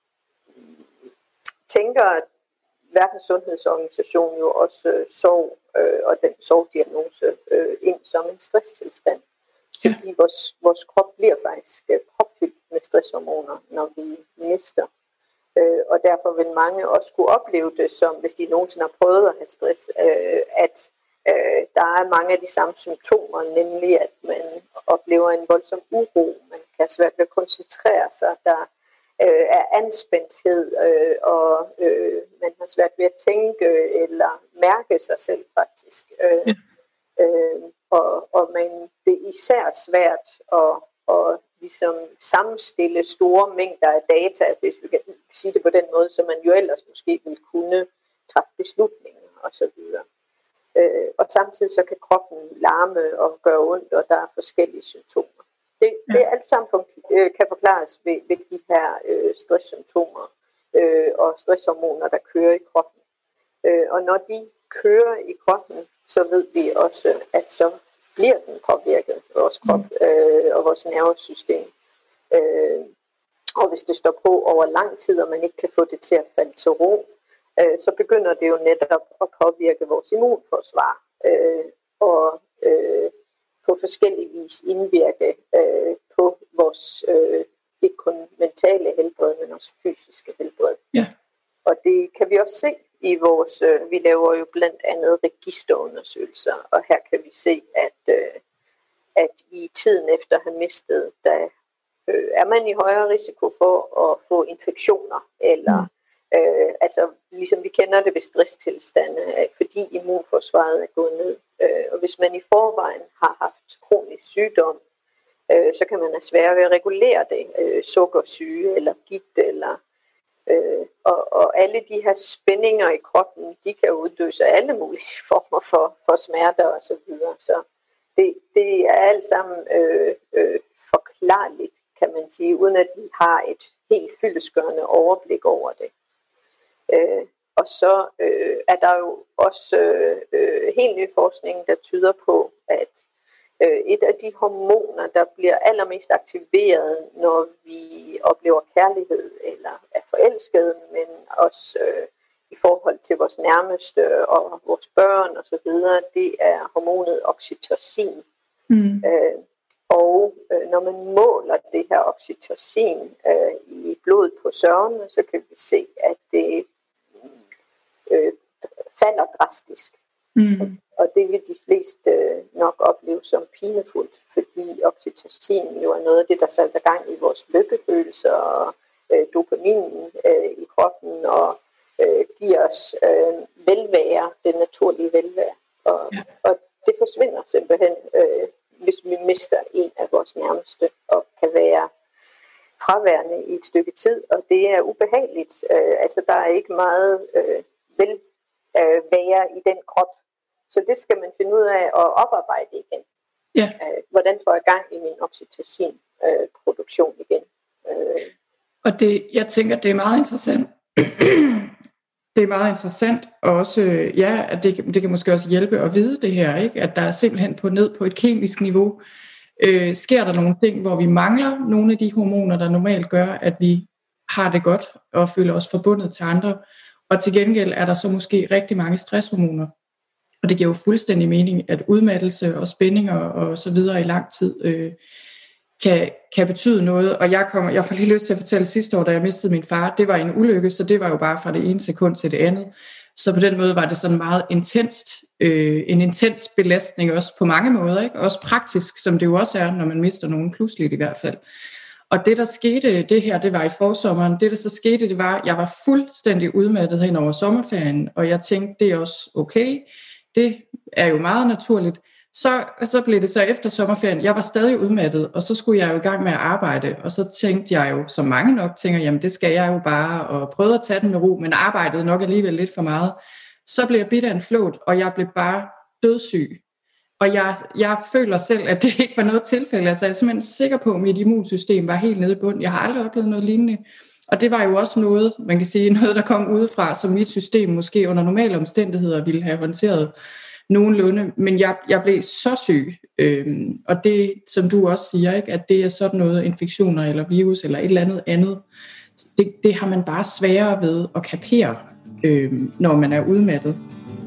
tænker Verdens Sundhedsorganisation jo også øh, sorg øh, og den sorgdiagnose øh, ind som en stresstilstand. Ja. Fordi vores, vores krop bliver faktisk øh, propfyldt med stresshormoner, når vi mister. Øh, og derfor vil mange også kunne opleve det som, hvis de nogensinde har prøvet at have stress, øh, at øh, der er mange af de samme symptomer, nemlig at man oplever en voldsom uro, man kan have svært ved at koncentrere sig, der Øh, er anspændthed, øh, og øh, man har svært ved at tænke eller mærke sig selv faktisk. Øh, ja. øh, og, og man, det er især svært at, at ligesom sammenstille store mængder af data, hvis vi kan sige det på den måde, så man jo ellers måske ville kunne træffe beslutninger osv. Øh, og samtidig så kan kroppen larme og gøre ondt, og der er forskellige symptomer. Det, det alt sammen for, øh, kan forklares ved, ved de her øh, stresssymptomer øh, og stresshormoner, der kører i kroppen. Øh, Øh, og når de kører i kroppen, så ved vi også, at så bliver den påvirket, vores krop øh, og vores nervesystem. Øh, og hvis det står på over lang tid, og man ikke kan få det til at falde til ro, øh, så begynder det jo netop at påvirke vores immunforsvar, øh, og øh, på forskellige vis indvirke øh, på vores øh, ikke kun mentale helbred, men også fysiske helbred. Ja. Og det kan vi også se i vores, øh, vi laver jo blandt andet registerundersøgelser, og her kan vi se, at, øh, at i tiden efter at have mistet, der øh, er man i højere risiko for at få infektioner, eller øh, altså ligesom vi kender det ved stresstilstande, fordi immunforsvaret er gået ned. Øh, og hvis man i forvejen har haft kronisk sygdom, øh, så kan man have svært ved at regulere det, øh, sukkersyge eller gigt eller Øh, og, og alle de her spændinger i kroppen, de kan udløse alle mulige former for, for smerter og så videre. Så det, det er alt sammen øh, øh, forklarligt, kan man sige, uden at vi har et helt fyldestgørende overblik over det. Øh, og så øh, er der jo også øh, helt ny forskning, der tyder på, at øh, et af de hormoner, der bliver allermest aktiveret, når vi oplever kærlighed eller er forelskede, men også øh, i forhold til vores nærmeste og vores børn osv., det er hormonet oxytocin. Mm. Øh, og øh, når man måler det her oxytocin øh, i blodet på sørgerne, så kan vi se, at det øh, falder drastisk. Mm. Og det vil de fleste øh, nok opleve som pinefuldt, fordi oxytocin jo er noget af det, der sætter gang i vores lykkefølelser og øh, dopaminen øh, i kroppen og øh, giver os øh, velvære, det naturlige velvære. Og, ja. og det forsvinder simpelthen, øh, hvis vi mister en af vores nærmeste og kan være fraværende i et stykke tid, og det er ubehageligt. Øh, altså der er ikke meget øh, velvære øh, i den krop. Så det skal man finde ud af at oparbejde igen. Ja. Øh, hvordan får jeg gang i min oxytocin-produktion øh, igen? Øh. Og det, jeg tænker, det er meget interessant. Det er meget interessant, og også, ja, at det, det kan måske også hjælpe at vide det her, ikke? At der er simpelthen på ned på et kemisk niveau, øh, sker der nogle ting, hvor vi mangler nogle af de hormoner, der normalt gør, at vi har det godt og føler os forbundet til andre. Og til gengæld er der så måske rigtig mange stresshormoner. Og det giver jo fuldstændig mening, at udmattelse og spændinger og så videre i lang tid øh, kan, kan betyde noget. Og jeg, kommer, jeg får lige lyst til at fortælle sidste år, da jeg mistede min far, det var en ulykke, så det var jo bare fra det ene sekund til det andet. Så på den måde var det sådan meget intenst, øh, en intens belastning også på mange måder, ikke? Også praktisk, som det jo også er, når man mister nogen pludseligt i hvert fald. Og det der skete, det her, det var i forsommeren, det der så skete, det var, at jeg var fuldstændig udmattet hen over sommerferien, og jeg tænkte, det er også okay. Det er jo meget naturligt. Så, så blev det så efter sommerferien. Jeg var stadig udmattet, og så skulle jeg jo i gang med at arbejde. Og så tænkte jeg jo, som mange nok tænker, jamen det skal jeg jo bare, og prøvede at tage den med ro, men arbejdede nok alligevel lidt for meget. Så blev jeg bidt af en flåt, og jeg blev bare dødssyg. Og jeg, jeg føler selv, at det ikke var noget tilfælde. Altså jeg er simpelthen sikker på, at mit immunsystem var helt nede i bunden. Jeg har aldrig oplevet noget lignende. Og det var jo også noget, man kan sige, noget der kom udefra, som mit system måske under normale omstændigheder ville have håndteret nogenlunde. Men jeg, jeg blev så syg, øhm, og det, som du også siger, ikke, at det er sådan noget infektioner eller virus eller et eller andet andet, det, det har man bare sværere ved at kapere, øhm, når man er udmattet.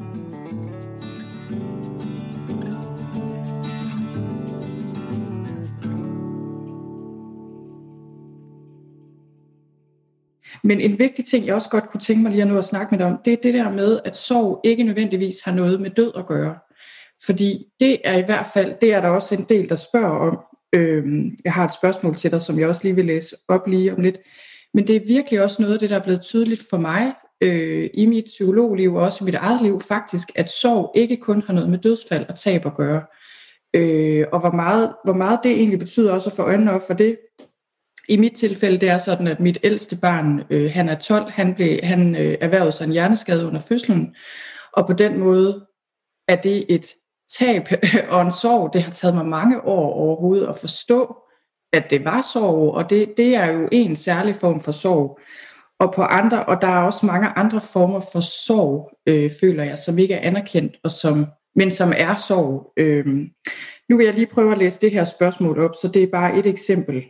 Men en vigtig ting, jeg også godt kunne tænke mig lige at nå at snakke med dig om, det er det der med, at sorg ikke nødvendigvis har noget med død at gøre. Fordi det er i hvert fald, det er der også en del, der spørger om. Øhm, jeg har et spørgsmål til dig, som jeg også lige vil læse op lige om lidt. Men det er virkelig også noget af det, der er blevet tydeligt for mig øh, i mit psykologliv og også i mit eget liv faktisk, at sorg ikke kun har noget med dødsfald og tab at gøre. Øh, og hvor meget, hvor meget det egentlig betyder også at få øjnene op for det. I mit tilfælde, det er sådan, at mit ældste barn, øh, han er tolv, han, blev, han øh, erhvervede sig en hjerneskade under fødslen, og på den måde er det et tab og en sorg. Det har taget mig mange år overhovedet at forstå, at det var sorg, og det, det er jo en særlig form for sorg. og på andre, og der er også mange andre former for sorg, øh, føler jeg, som ikke er anerkendt, og som, men som er sorg. Øh, nu vil jeg lige prøve at læse det her spørgsmål op, så det er bare et eksempel.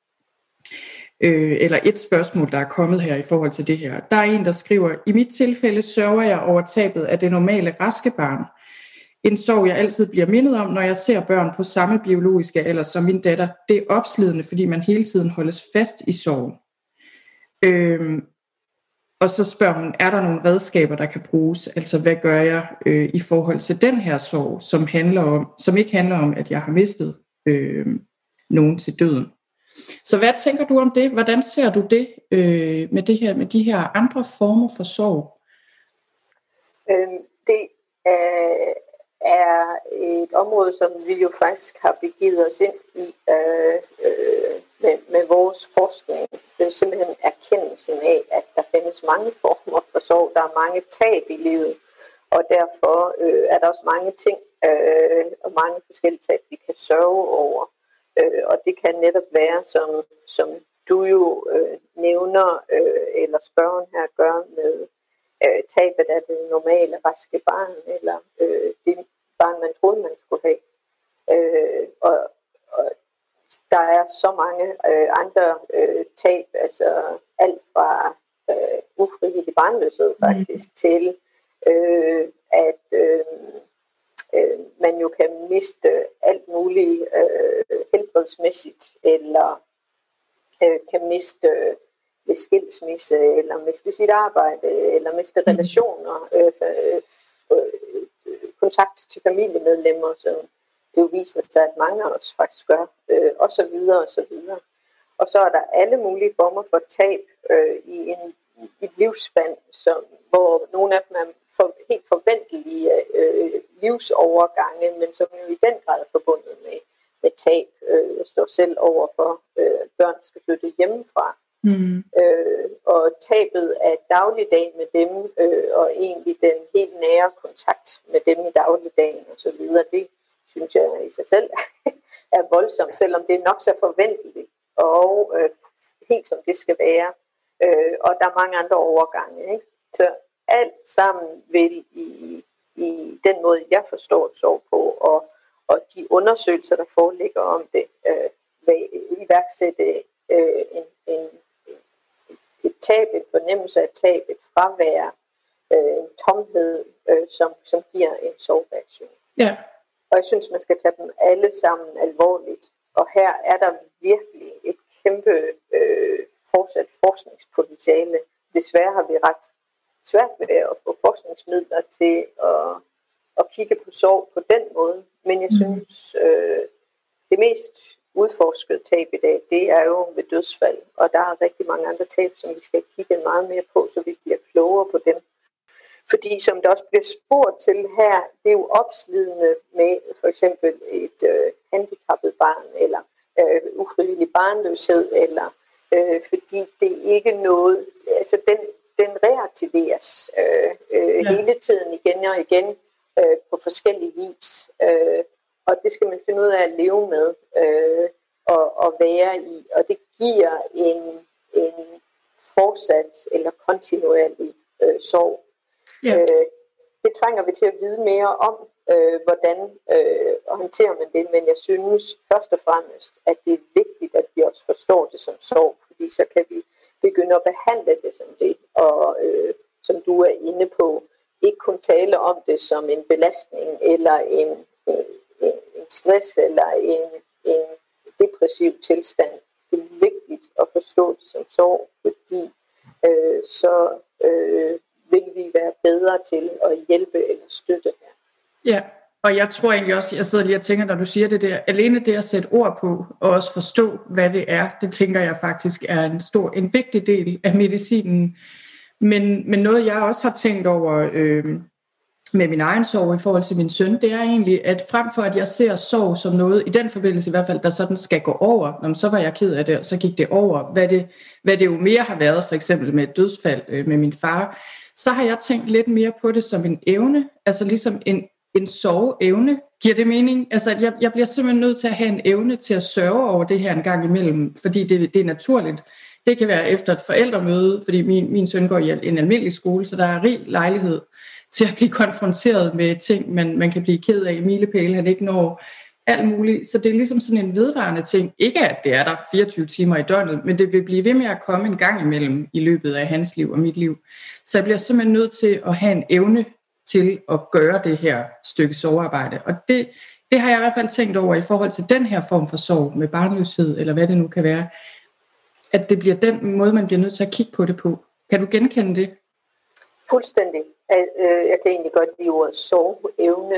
Øh, eller et spørgsmål, der er kommet her i forhold til det her. Der er en, der skriver, i mit tilfælde sørger jeg over tabet af det normale raske barn. En sorg, jeg altid bliver mindet om, når jeg ser børn på samme biologiske alder som min datter. Det er opslidende, fordi man hele tiden holdes fast i sorgen. Øhm, og så spørger hun, er der nogle redskaber, der kan bruges? Altså, hvad gør jeg øh, i forhold til den her sorg, som, handler om, som ikke handler om, at jeg har mistet øh, nogen til døden? Så hvad tænker du om det? Hvordan ser du det øh, med det her, med de her andre former for sorg? Øhm, det er, er et område, som vi jo faktisk har begivet os ind i øh, øh, med, med vores forskning. Det er simpelthen erkendelsen af, at der findes mange former for sorg. Der er mange tab i livet, og derfor øh, er der også mange ting øh, og mange forskellige tab, vi kan sørge over. Øh, og det kan netop være, som, som du jo øh, nævner, øh, eller spørgen her gør med øh, tabet af det normale raske barn, eller øh, det barn, man troede, man skulle have. Øh, og, og der er så mange øh, andre øh, tab, altså alt fra øh, ufrivillig barnløshed faktisk, mm. til øh, at øh, øh, man jo kan miste alt muligt øh, helbredsmæssigt, eller øh, kan miste øh, ved skilsmisse, eller miste sit arbejde, eller miste relationer, øh, øh, øh, kontakt til familiemedlemmer, som det jo viser sig, at mange af os faktisk gør, øh, og så videre, og så videre. Og så er der alle mulige former for tab øh, i en, et livsspand, som, hvor nogle af dem er for, helt forventelige øh, livsovergange, men som jo i den grad er forbundet med, med tab. Øh, jeg står selv over for, øh, at børn skal flytte hjemmefra. Mm. Øh, og tabet af dagligdagen med dem, øh, og egentlig den helt nære kontakt med dem i dagligdagen og så videre, det synes jeg i sig selv er voldsomt, selvom det er nok så forventeligt, og øh, helt som det skal være. Øh, og der er mange andre overgange. Ikke? Så alt sammen vil i, i den måde, jeg forstår sorg på, og, og de undersøgelser, der foreligger om det, øh, vil iværksætte øh, en, en, et tab, en fornemmelse af tab, et fravær, øh, en tomhed, øh, som, som giver en sorgreaktion. Ja. Og jeg synes, man skal tage dem alle sammen alvorligt. Og her er der virkelig et kæmpe øh, fortsat forskningspotentiale. Desværre har vi ret svært ved at få forskningsmidler til at, at kigge på sorg på den måde. Men jeg synes, øh, det mest udforskede tab i dag, det er jo ved dødsfald. Og der er rigtig mange andre tab, som vi skal kigge meget mere på, så vi bliver klogere på dem. Fordi som der også bliver spurgt til her, det er jo opslidende med for eksempel et øh, handicappet barn, eller øh, ufrivillig barnløshed, eller øh, fordi det er ikke noget, altså den, den reaktiveres øh, øh, ja. hele tiden igen og igen øh, på forskellige vis. Øh, og det skal man finde ud af at leve med øh, og, og være i. Og det giver en, en fortsat eller kontinuerlig øh, sorg. Ja. Øh, det trænger vi til at vide mere om, øh, hvordan øh, håndterer man det, men jeg synes først og fremmest, at det er vigtigt, at vi også forstår det som sorg, fordi så kan vi begynde at behandle det som det, og øh, som du er inde på, ikke kun tale om det som en belastning, eller en, en, en, en stress, eller en, en depressiv tilstand. Det er vigtigt at forstå det som sorg, fordi øh, så øh, vil vi være bedre til at hjælpe eller støtte her. Ja, og jeg tror egentlig også, jeg sidder lige og tænker, når du siger det der, alene det at sætte ord på, og også forstå, hvad det er, det tænker jeg faktisk er en stor, en vigtig del af medicinen. Men, men noget, jeg også har tænkt over øh, med min egen sorg i forhold til min søn, det er egentlig, at frem for at jeg ser sorg som noget, i den forbindelse i hvert fald, der sådan skal gå over, når så var jeg ked af det, og så gik det over, hvad det, hvad det jo mere har været, for eksempel med et dødsfald øh, med min far, så har jeg tænkt lidt mere på det som en evne, altså ligesom en, en sorgevne. Giver det mening? Altså, jeg, jeg bliver simpelthen nødt til at have en evne til at sørge over det her en gang imellem, fordi det, det er naturligt. Det kan være efter et forældremøde, fordi min, min søn går i en almindelig skole, så der er rig lejlighed til at blive konfronteret med ting, man, man kan blive ked af, milepæle, han ikke når, alt muligt. Så det er ligesom sådan en vedvarende ting. Ikke at det er der fireogtyve timer i døgnet, men det vil blive ved med at komme en gang imellem i løbet af hans liv og mit liv. Så jeg bliver simpelthen nødt til at have en evne til at gøre det her stykke sorgarbejde. Og det, det har jeg i hvert fald tænkt over i forhold til den her form for sorg med barnløshed, eller hvad det nu kan være, at det bliver den måde, man bliver nødt til at kigge på det på. Kan du genkende det? Fuldstændig. Jeg kan egentlig godt lide ordet sorgevne,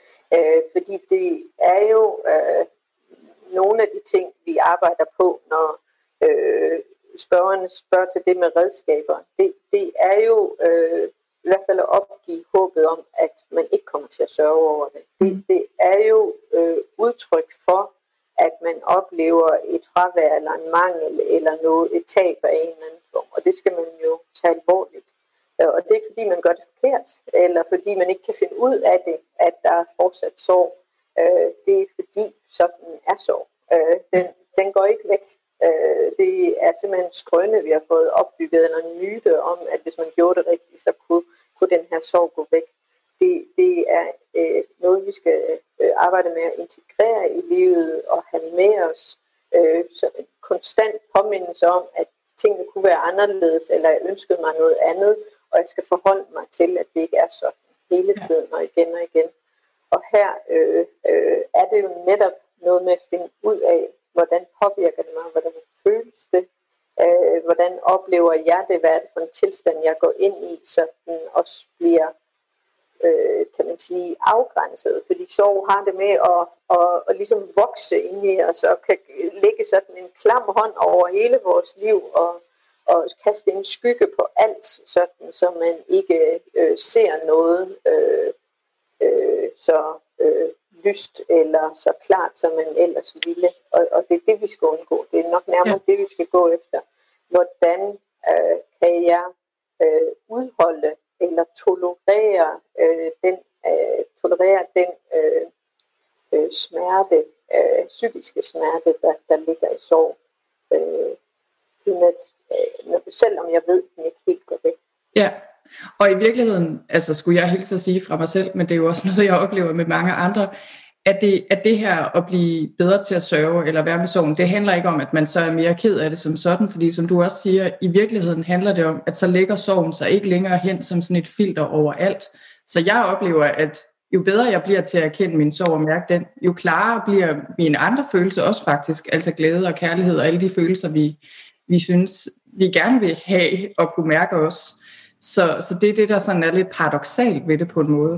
fordi det er jo øh, nogle af de ting, vi arbejder på, når øh, spørgerne spørger til det med redskaber. Det, det er jo øh, i hvert fald at opgive håbet om, at man ikke kommer til at sørge over det. Det, det er jo øh, udtryk for, at man oplever et fravær eller en mangel eller noget, et tab af en eller anden form. Og det skal man jo tage alvorligt. Og det er ikke fordi man gør det forkert, eller fordi man ikke kan finde ud af det, at der er fortsat sorg. Det er fordi sådan er sorg. Den, den går ikke væk. Det er simpelthen en skrøne, vi har fået opbygget, eller en myte om, at hvis man gjorde det rigtigt, så kunne, kunne den her sorg gå væk. Det, det er øh, noget, vi skal øh, arbejde med at integrere i livet og have med os. Øh, så en konstant påmindelse om, at tingene kunne være anderledes, eller jeg ønskede mig noget andet, og jeg skal forholde mig til, at det ikke er sådan hele tiden og igen og igen. Og her øh, øh, er det jo netop noget med at finde ud af, hvordan påvirker det mig, hvordan føles det, øh, hvordan oplever jeg det, hvad er det for en tilstand, jeg går ind i, så den også bliver, øh, kan man sige, afgrænset. Fordi sorg har det med at, at, at ligesom vokse ind i os, og kan lægge sådan en klam hånd over hele vores liv, og og kaste en skygge på alt, sådan, så man ikke øh, ser noget øh, øh, så øh, lyst eller så klart, som man ellers ville. Og, og det er det, vi skal undgå. Det er nok nærmere ja. det, vi skal gå efter. Hvordan øh, kan jeg øh, udholde eller tolerere øh, den, øh, tolerere den øh, øh, smerte, øh, psykiske smerte, der, der ligger i sorg. Øh, selvom jeg ved, at den ikke helt går væk. Ja, og i virkeligheden, altså skulle jeg hilse at sige fra mig selv, men det er jo også noget, jeg oplever med mange andre, at det, at det her at blive bedre til at sørge eller være med sorgen, det handler ikke om, at man så er mere ked af det som sådan, fordi som du også siger, i virkeligheden handler det om, at så lægger sorgen sig ikke længere hen som sådan et filter over alt. Så jeg oplever, at jo bedre jeg bliver til at erkende min sorg og mærke den, jo klarere bliver mine andre følelser også faktisk, altså glæde og kærlighed og alle de følelser, vi vi synes, vi gerne vil have og kunne mærke os. Så, så det er det, der sådan er lidt paradoksalt ved det på en måde.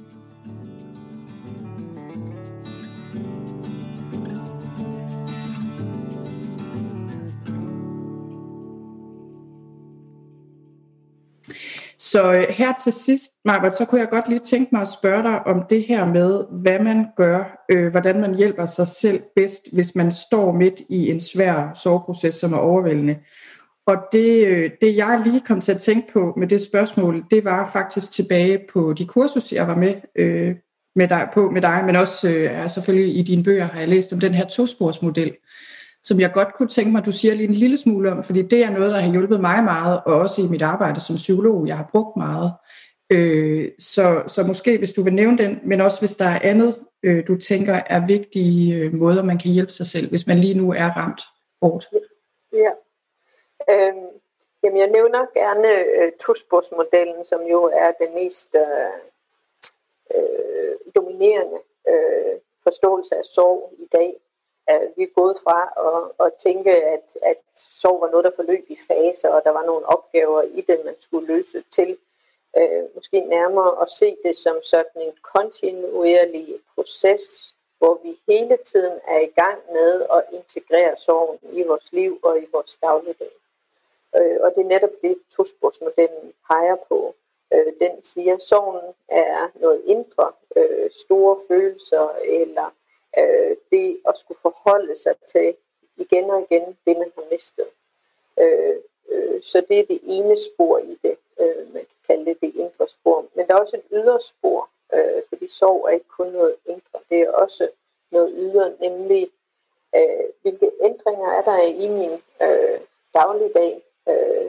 Så her til sidst, Maj-Britt, så kunne jeg godt lige tænke mig at spørge dig om det her med, hvad man gør, øh, hvordan man hjælper sig selv bedst, hvis man står midt i en svær sorgproces, som er overvældende. Og det, øh, det jeg lige kom til at tænke på med det spørgsmål, det var faktisk tilbage på de kursus, jeg var med, øh, med dig, på med dig, men også øh, selvfølgelig i dine bøger har jeg læst om den her tosporsmodel, som jeg godt kunne tænke mig, at du siger lige en lille smule om, fordi det er noget, der har hjulpet mig meget, og også i mit arbejde som psykolog, jeg har brugt meget. Øh, så, så måske hvis du vil nævne den, men også hvis der er andet, øh, du tænker er vigtige øh, måder, man kan hjælpe sig selv, hvis man lige nu er ramt hårdt. Ja, øhm, jamen jeg nævner gerne øh, tosporsmodellen, som jo er den mest øh, øh, dominerende øh, forståelse af sorg i dag. Vi er gået fra at, at tænke, at, at sorg var noget, der forløb i faser, og der var nogle opgaver i det, man skulle løse til. Øh, måske nærmere at se det som sådan en kontinuerlig proces, hvor vi hele tiden er i gang med at integrere sorgen i vores liv og i vores dagligdag. Øh, og det er netop det, tosporsmodellen peger på. Øh, den siger, at sorgen er noget indre, øh, store følelser eller Øh, det at skulle forholde sig til igen og igen det, man har mistet. Øh, øh, så det er det ene spor i det, øh, man kan kalde det det indre spor. Men der er også et ydre spor, øh, fordi sorg er ikke kun noget indre, det er også noget ydre, nemlig øh, hvilke ændringer er der i min øh, dagligdag, øh,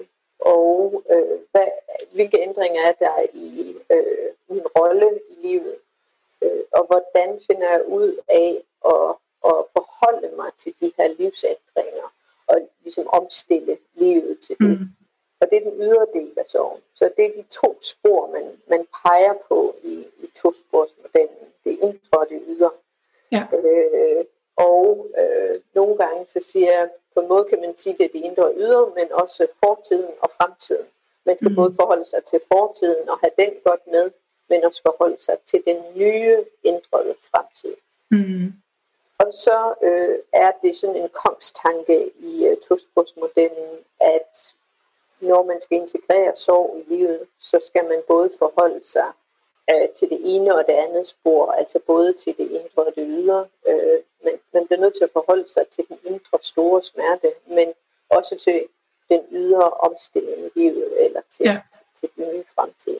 og øh, hvad, hvilke ændringer er der i øh, min rolle i livet, øh, og hvordan finder jeg ud af at, at forholde mig til de her livsændringer, og ligesom omstille livet til det. Mm. Og det er den ydre del af sorgen. Så det er de to spor, man, man peger på i, i tosporsmodellen. Det indre og det ydre. Ja. Øh, og øh, nogle gange så siger jeg, på en måde kan man sige, det er det indre og ydre, men også fortiden og fremtiden. Man skal mm. både forholde sig til fortiden og have den godt med, men også forholde sig til den nye indre fremtid. Mm. Og så øh, er det sådan en kongstanke i uh, tosporsmodellen, at når man skal integrere sorg i livet, så skal man både forholde sig øh, til det ene og det andet spor, altså både til det indre og det ydre. Øh, men man bliver nødt til at forholde sig til den indre store smerte, men også til den ydre omstilling i livet, eller til, ja. til, til den nye fremtid.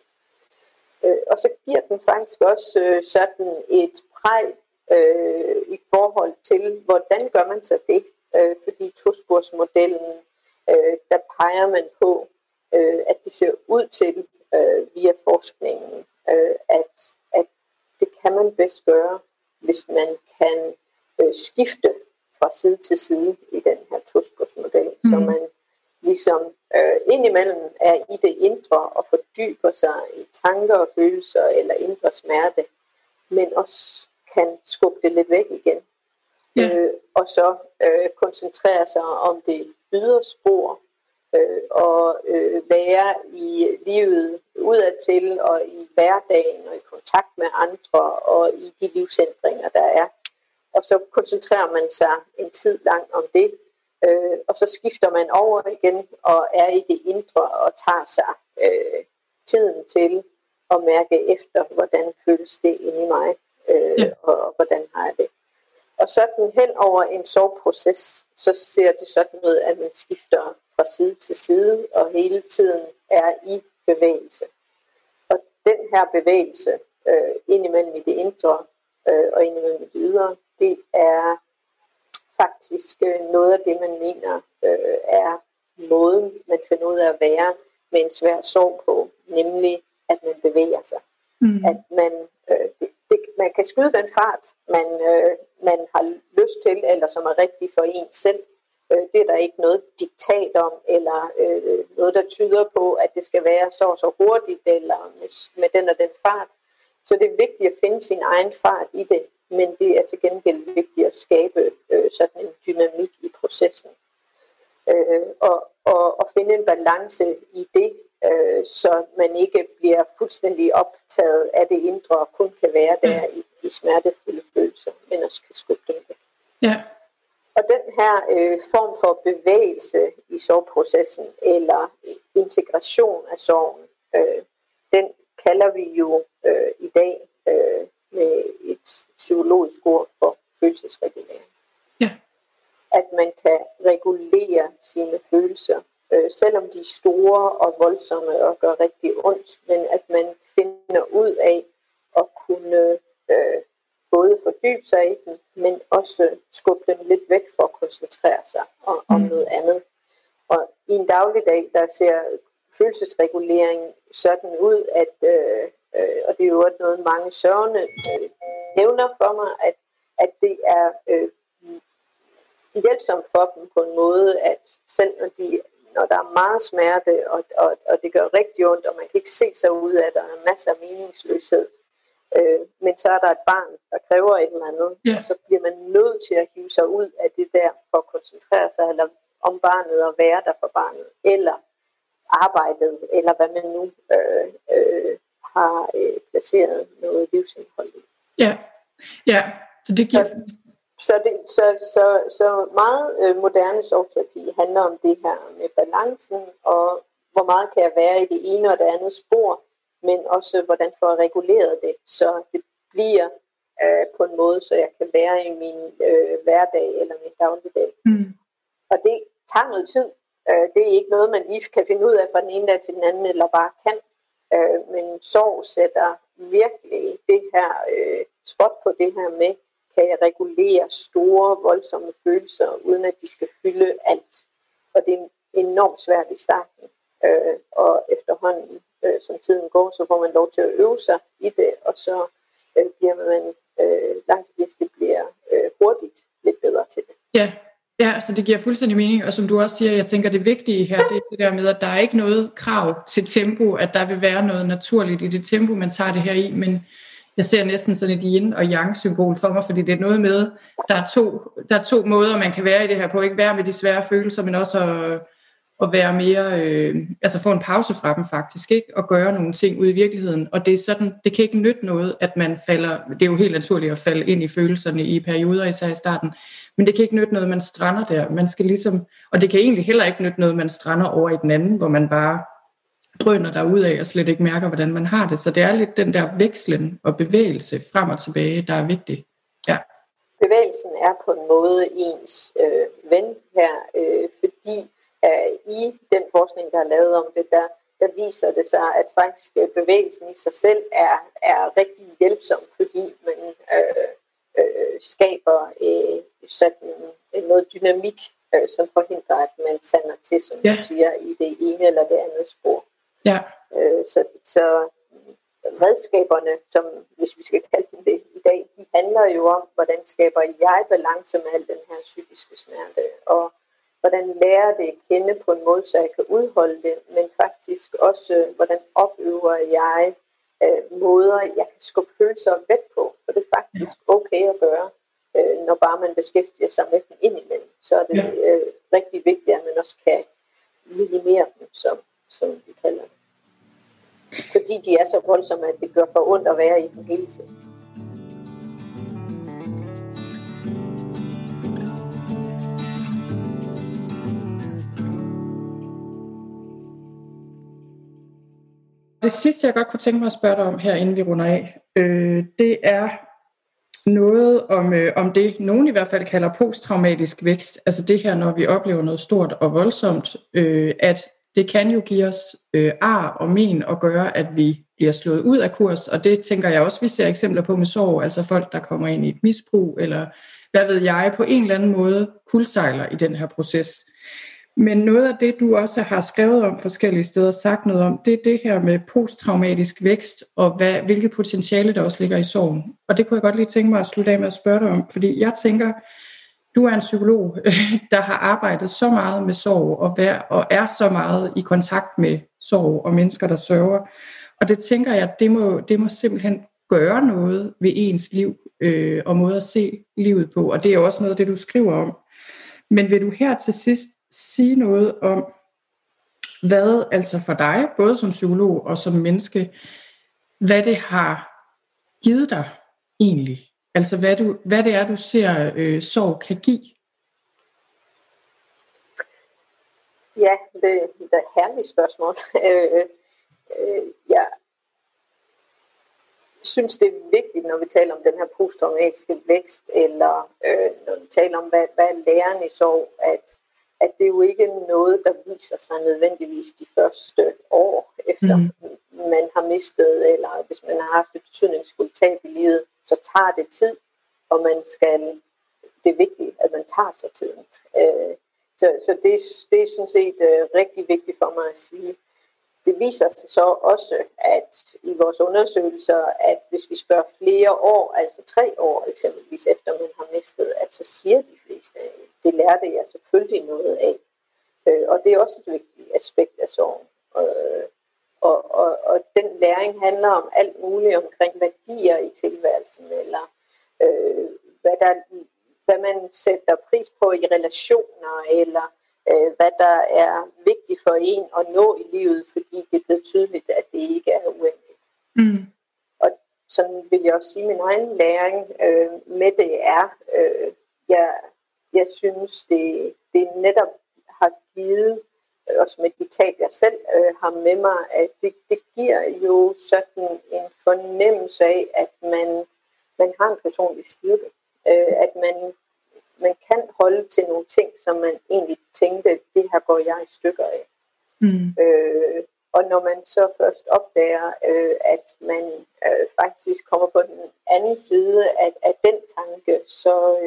Øh, og så giver den faktisk også øh, sådan et præg øh, i forhold til, hvordan gør man så det? Øh, fordi tosporsmodellen, Øh, der peger man på, øh, at det ser ud til øh, via forskningen, øh, at, at det kan man bedst gøre, hvis man kan øh, skifte fra side til side i den her tosporsmodel, mm. så man ligesom øh, indimellem er i det indre og fordyber sig i tanker og følelser eller indre smerte, men også kan skubbe det lidt væk igen. Yeah. Øh, og så øh, koncentrere sig om det ydre spor øh, og øh, være i livet udadtil og i hverdagen og i kontakt med andre og i de livsændringer, der er. Og så koncentrerer man sig en tid lang om det, øh, og så skifter man over igen og er i det indre og tager sig øh, tiden til at mærke efter, hvordan føles det inde i mig, øh, ja. og, og hvordan har jeg det. Og sådan hen over en sorgproces, så ser det sådan ud, at man skifter fra side til side, og hele tiden er i bevægelse. Og den her bevægelse, øh, indimellem i det indre øh, og indimellem i det ydre, det er faktisk øh, noget af det, man mener øh, er måden, man finder ud af at være med en svær sorg på, nemlig at man bevæger sig. Mm. At man... Øh, det, Det, man kan skyde den fart, man, øh, man har lyst til, eller som er rigtig for en selv. Øh, det er der ikke noget diktat om, eller øh, noget, der tyder på, at det skal være så og så hurtigt, eller med, med den og den fart. Så det er vigtigt at finde sin egen fart i det, men det er til gengæld vigtigt at skabe øh, sådan en dynamik i processen. Øh, og, og, og finde en balance i det, Øh, så man ikke bliver fuldstændig optaget af det indre og kun kan være der i, i smertefulde følelser, men også kan skubbe dem væk. Ja. Og den her øh, form for bevægelse i sorgprocessen eller integration af sorgen, øh, den kalder vi jo øh, i dag øh, med et psykologisk ord for følelsesregulering. Ja. At man kan regulere sine følelser, Øh, selvom de er store og voldsomme og gør rigtig ondt, men at man finder ud af at kunne øh, både fordybe sig i den, men også skubbe dem lidt væk for at koncentrere sig om, om noget andet. Og i en dagligdag, der ser følelsesregulering sådan ud, at, øh, øh, og det er jo noget, mange sørgende øh, nævner for mig, at, at det er øh, hjælpsomt for dem på en måde, at selv når de når der er meget smerte, og, og, og det gør rigtig ondt, og man kan ikke se sig ud af, der er masser af meningsløshed. Øh, men så er der et barn, der kræver et eller andet, yeah. og så bliver man nødt til at hive sig ud af det der, for at koncentrere sig eller om barnet og være der for barnet, eller arbejdet, eller hvad man nu øh, øh, har øh, placeret noget livsindhold i. Ja, ja, så det giver... Så, det, så, så, så meget øh, moderne sorgterapi handler om det her med balancen, og hvor meget kan jeg være i det ene og det andet spor, men også hvordan får jeg reguleret det, så det bliver øh, på en måde, så jeg kan være i min øh, hverdag eller min dagligdag. Mm. Og det tager noget tid. Øh, det er ikke noget, man lige kan finde ud af fra den ene dag til den anden, eller bare kan. Øh, men sorg sætter virkelig det her øh, spot på det her med, kan jeg regulere store, voldsomme følelser, uden at de skal fylde alt. Og det er enormt svært i starten. Øh, og efterhånden, øh, som tiden går, så får man lov til at øve sig i det, og så øh, bliver man øh, langt hvis det bliver øh, hurtigt lidt bedre til det. Ja. Ja, altså det giver fuldstændig mening, og som du også siger, jeg tænker det vigtige her, det er det der med, at der er ikke noget krav til tempo, at der vil være noget naturligt i det tempo, man tager det her i, men jeg ser næsten sådan et yin og yang symbol for mig, fordi det er noget med, der er to, der er to måder, man kan være i det her på, ikke være med de svære følelser, men også at, at være mere, øh, altså få en pause fra dem faktisk, ikke? Og gøre nogle ting ud i virkeligheden, og det er sådan, det kan ikke nytte noget, at man falder, det er jo helt naturligt at falde ind i følelserne i perioder, især i starten, men det kan ikke nytte noget, man strander der, man skal ligesom, og det kan egentlig heller ikke nytte noget, man strander over i den anden, hvor man bare drøner derudad og slet ikke mærker, hvordan man har det, så det er lidt den der vekslen og bevægelse frem og tilbage, der er vigtig. Ja. Bevægelsen er på en måde ens øh, ven her, øh, fordi øh, i den forskning, der er lavet om det, der, der viser det sig, at faktisk bevægelsen i sig selv er, er rigtig hjælpsom, fordi man øh, øh, skaber øh, sådan noget dynamik, øh, som forhindrer, at man sander til, som ja. Du siger, i det ene eller det andet spor. Ja. Øh, så, så redskaberne, som hvis vi skal kalde dem det i dag, de handler jo om, hvordan skaber jeg balance med al den her psykiske smerte, og hvordan lærer det at kende på en måde, så jeg kan udholde det, men faktisk også, hvordan opøver jeg øh, måder, jeg kan skubbe følelser væk på, for det er faktisk okay at gøre, øh, når bare man beskæftiger sig med dem indimellem. Så er det øh, rigtig vigtigt, at man også kan minimere dem, som, som vi kalder det. Fordi de er så voldsomme, at det gør for ondt at være i dem hele tiden. Det sidste, jeg godt kunne tænke mig at spørge dig om her, inden vi runder af, øh, det er noget om, øh, om det, nogen i hvert fald kalder posttraumatisk vækst. Altså det her, når vi oplever noget stort og voldsomt, øh, at det kan jo give os øh, ar og men og gøre, at vi bliver slået ud af kurs, og det tænker jeg også, vi ser eksempler på med sorg, altså folk, der kommer ind i et misbrug, eller hvad ved jeg, på en eller anden måde kuldsejler i den her proces. Men noget af det, du også har skrevet om forskellige steder, sagt noget om, det er det her med posttraumatisk vækst, og hvad, hvilke potentiale der også ligger i sorgen. Og det kunne jeg godt lige tænke mig at slutte af med at spørge dig om, fordi jeg tænker, du er en psykolog, der har arbejdet så meget med sorg, og er, og er så meget i kontakt med sorg og mennesker, der sørger. Og det tænker jeg, det må, det må simpelthen gøre noget ved ens liv, øh, og måde at se livet på. Og det er jo også noget af det, du skriver om. Men vil du her til sidst sige noget om, hvad altså for dig, både som psykolog og som menneske, hvad det har givet dig egentlig? Altså hvad, du, hvad det er, du ser øh, sorg kan give? Ja, det, det er et herligt spørgsmål. øh, øh, jeg synes, det er vigtigt, når vi taler om den her posttraumatiske vækst, eller øh, når vi taler om, hvad, hvad er læren i sorg, at at det jo ikke er noget, der viser sig nødvendigvis de første år, efter mm. man har mistet, eller hvis man har haft et betydningsfuldt tab i livet, så tager det tid, og man skal, det er vigtigt, at man tager sig tiden. Så, så det, det er sådan set rigtig vigtigt for mig at sige. Det viser sig så også, at i vores undersøgelser, at hvis vi spørger flere år, altså tre år eksempelvis efter man har mistet, at så siger de fleste, det lærte jeg selvfølgelig noget af. Og det er også et vigtigt aspekt af sorgen. Og, og, og den læring handler om alt muligt omkring værdier i tilværelsen, eller øh, hvad, der, hvad man sætter pris på i relationer, eller hvad der er vigtigt for en at nå i livet, fordi det er blevet tydeligt, at det ikke er uendeligt. Mm. Og sådan vil jeg også sige, min egen læring øh, med det er, øh, jeg, jeg synes, det, det netop har givet, øh, også med de tab, jeg selv øh, har med mig, at det, det giver jo sådan en fornemmelse af, at man, man har en personlig styrke. Øh, at man Man kan holde til nogle ting, som man egentlig tænkte, det her går jeg i stykker af. Mm. Øh, og når man så først opdager, øh, at man øh, faktisk kommer på den anden side af, af den tanke, så, øh,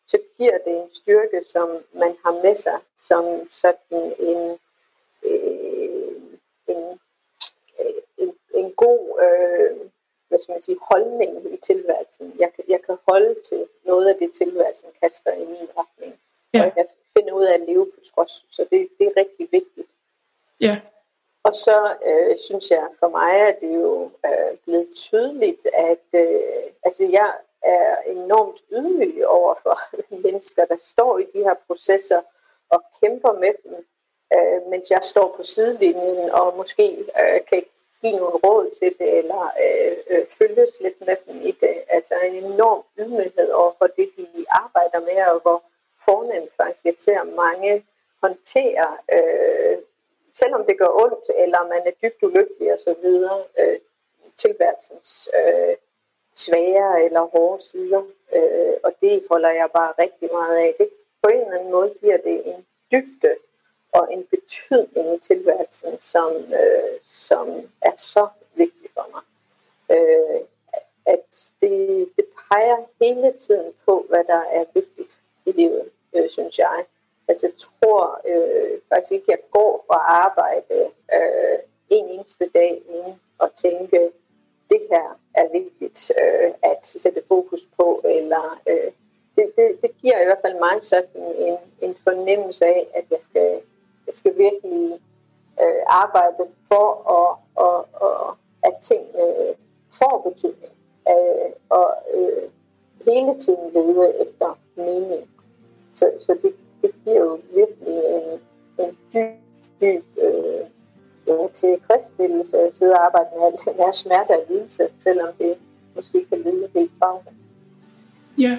så giver det en styrke, som man har med sig, som sådan en, øh, en, en, en god øh, hvad skal man sige, holdning i tilværelsen. Jeg kan, jeg kan holde til noget af det, tilværelsen kaster i min retning. Ja. Og jeg kan finde ud af at leve på trods. Så det, det er rigtig vigtigt. Ja. Og så øh, synes jeg, for mig er det jo øh, blevet tydeligt, at øh, altså jeg er enormt ydmyg over for mennesker, der står i de her processer og kæmper med dem, øh, mens jeg står på sidelinjen og måske øh, kan give nogle råd til det, eller øh, øh, følges lidt med dem i det. Altså en enorm ydmyghed over for det, de arbejder med, og hvor fornemt faktisk jeg ser mange håndtere, øh, selvom det gør ondt, eller man er dybt ulykkelig og så videre, øh, tilværelsens øh, svære eller hårde sider. Øh, og det holder jeg bare rigtig meget af. Det på en eller anden måde giver det en dybde og en betydning i tilværelsen, som, øh, som er så vigtig for mig. Øh, at det, det peger hele tiden på, hvad der er vigtigt i livet, øh, synes jeg. Altså jeg tror øh, faktisk ikke, jeg går fra arbejde øh, en eneste dag uden at tænke, det her er vigtigt øh, at sætte fokus på, eller øh, det, det, det giver i hvert fald mig sådan en, en fornemmelse af, at jeg skal, jeg skal virkelig øh, arbejde for, at, og, og, at tingene får betydning, øh, og øh, hele tiden lede efter mening. Så, så det, det giver jo virkelig en, en dyb, dyb øh, ja, tilfredsstillelse at sidde og arbejde med alt den her smerte og lidelse, selvom det måske kan lyde helt bagvendt. Ja,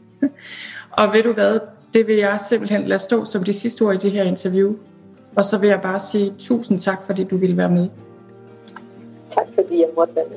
og ved du hvad, det vil jeg simpelthen lade stå som det sidste ord i det her interview. Og så vil jeg bare sige tusind tak, fordi du ville være med. Tak fordi jeg måtte være med.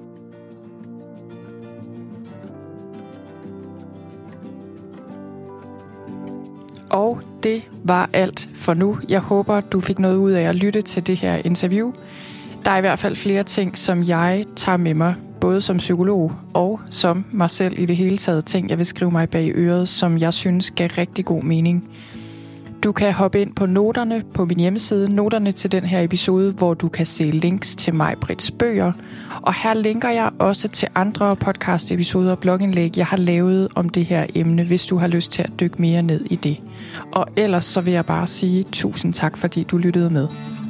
Og det var alt for nu. Jeg håber, du fik noget ud af at lytte til det her interview. Der er i hvert fald flere ting, som jeg tager med mig, både som psykolog og som mig selv i det hele taget, ting, jeg vil skrive mig bag øret, som jeg synes gav rigtig god mening. Du kan hoppe ind på noterne på min hjemmeside, noterne til den her episode, hvor du kan se links til Maj-Britts bøger. Og her linker jeg også til andre podcast-episoder og blogindlæg, jeg har lavet om det her emne, hvis du har lyst til at dykke mere ned i det. Og ellers så vil jeg bare sige tusind tak, fordi du lyttede med.